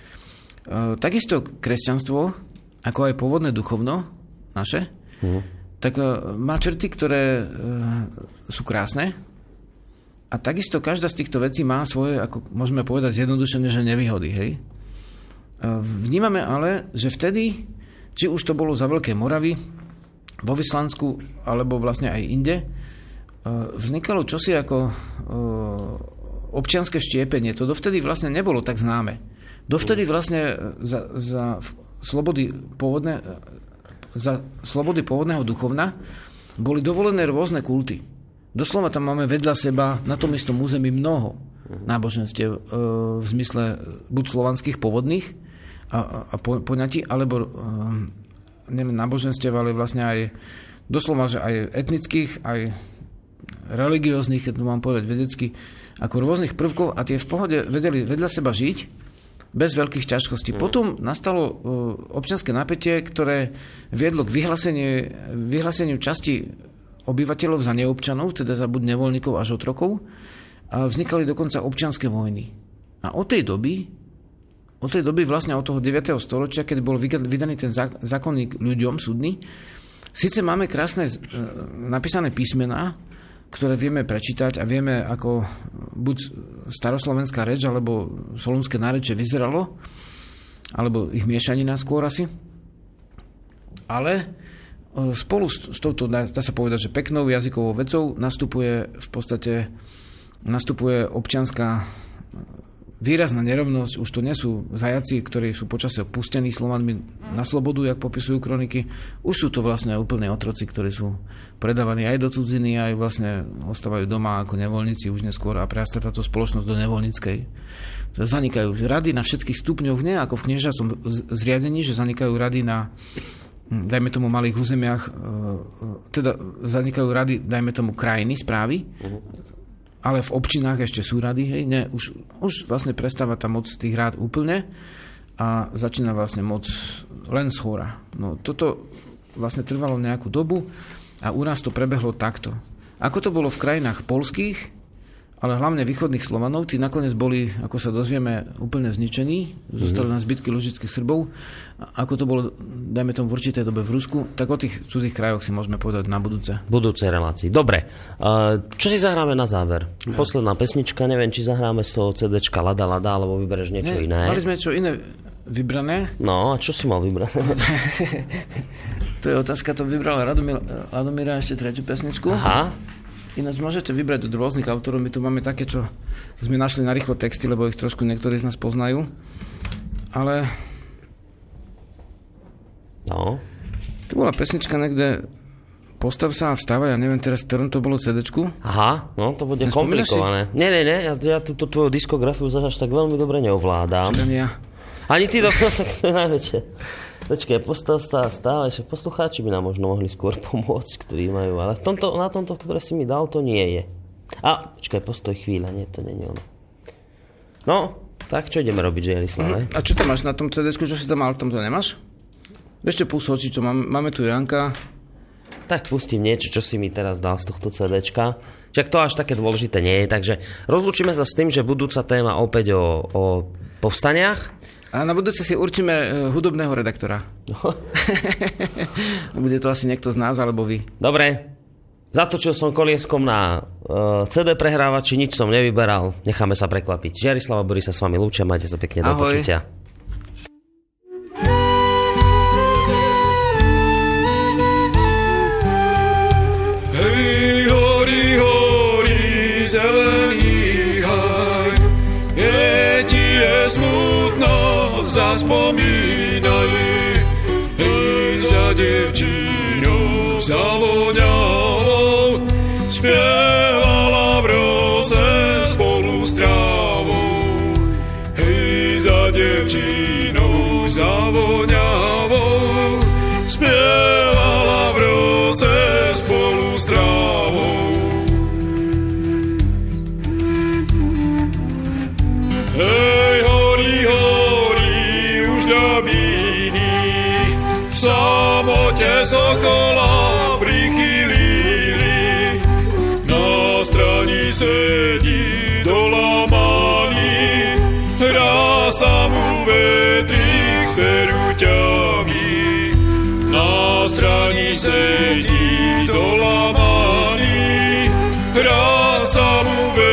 Takisto kresťanstvo, ako aj pôvodné duchovno naše, tak má črty, ktoré sú krásne a takisto každá z týchto vecí má svoje, ako môžeme povedať zjednodušene, že nevýhody. Hej? Vnímame ale, že vtedy, či už to bolo za Veľkej Moravy, vo Vyslansku, alebo vlastne aj inde, vznikalo čosi ako občianske štiepenie. To dovtedy vlastne nebolo tak známe. Dovtedy vlastne za slobody pôvodného duchovna boli dovolené rôzne kulty. Doslova tam máme vedľa seba na tom istom území mnoho náboženstiev v zmysle buď slovanských pôvodných a poňatí, alebo nielen náboženstiev, ale vlastne aj doslova, že aj etnických, aj religióznych, keď to mám povedať vedecky, ako rôznych prvkov a tie v pohode vedeli vedľa seba žiť bez veľkých ťažkostí. Potom nastalo občianske napätie, ktoré viedlo k vyhláseniu časti obyvateľov za neobčanov, teda za buď nevoľníkov až otrokov, a vznikali dokonca občianske vojny. A od tej doby vlastne od toho 9. storočia, keď bol vydaný ten zákonník ľuďom súdny, síce máme krásne napísané písmená, ktoré vieme prečítať a vieme, ako buď staroslovenská reč, alebo solúnske nárečie vyzeralo, alebo ich miešanina skôr asi. Ale spolu s touto, dá sa povedať, že peknou jazykovou vecou nastupuje občianská výrazná nerovnosť. Už to nie sú zajaci, ktorí sú počasie pustení Slovanmi na slobodu, jak popisujú kroniky. Už sú to vlastne úplne otroci, ktorí sú predávaní aj do cudziny, aj vlastne ostávajú doma ako nevoľníci už neskôr a prerastá táto spoločnosť do nevoľníckej. Zanikajú rady na všetkých stupňoch, nie ako v kniežacom zriadení, že zanikajú rady na, dajme tomu, malých územiach, teda zanikajú rady, dajme tomu, krajiny, správy, ale v občinách ešte sú rady, hej, ne, už vlastne prestáva tá moc tých rád úplne a začína vlastne moc len zhora. No toto vlastne trvalo nejakú dobu a u nás to prebehlo takto. Ako to bolo v krajinách poľských, ale hlavne východných Slovanov, tí nakoniec boli, ako sa dozvieme, úplne zničení, zostali na zbytky lužických Srbov. Ako to bolo, dajme tomu, v určitej dobe v Rusku, tak o tých cudzích krajoch si môžeme povedať na budúce. Budúcej relácii. Dobre. Čo si zahráme na záver? Posledná pesnička, neviem, či zahráme z toho CDčka Lada, alebo vybereš niečo iné. Mali sme čo iné vybrané. No, a čo si mal vybrať? To je otázka, to vybral Radomíra ešte tretiu pesničku. Aha. Ináč môžete vybrať od rôznych autorov. My tu máme také, čo sme našli na rýchlo texty, lebo ich trošku niektorí z nás poznajú. Ale... No. Tu bola pesnička niekde Postav sa a vstávaj. Ja neviem teraz, ktorom to bolo CD-čku. Aha, no to bude komplikované. Nie. Ja túto tvoju diskografiu až tak veľmi dobre neovládam. Ja. Ani ty to je najväčšie. Počkaj, postav sa a vstávaj, že poslucháči by nám možno mohli skôr pomôcť, ktorí majú, ale na tomto, ktoré si mi dal, to nie je. A, počkaj, postoj chvíľa, nie, to nie je ono. No, tak čo ideme robiť, že Jarislave? A čo tam máš na tom CD-čku, čo si tam mal, tam to nemáš? Ešte púsoči, čo máme tu Janka. Tak pustím niečo, čo si mi teraz dal z tohto CD-čka. Však to až také dôležité nie je, takže rozlúčime sa s tým, že budúca téma opäť o povstaniach. A na budúce si určíme hudobného redaktora. No. Bude to asi niekto z nás, alebo vy. Dobre. Zatočil som kolieskom na CD prehrávači, nič som nevyberal. Necháme sa prekvapiť. Jarislava Boris sa s vami lúčia, majte sa pekne, do počutia. Hej, hori, zelený haj, keď ti je smutno, zaspomínaj, hej, za devčinou zavoňavou, spievala v rose spolu s trávou, hej, za devčinou zavoňavou, spievala v rose spolu s trávou. Hej, hori, už ľabíny, v samote sokola prichylili, na strani sedí dolamaný, hrá sa mu vetrík s peruťami, na strani sedí dolamaný, hrá sa mu vetrík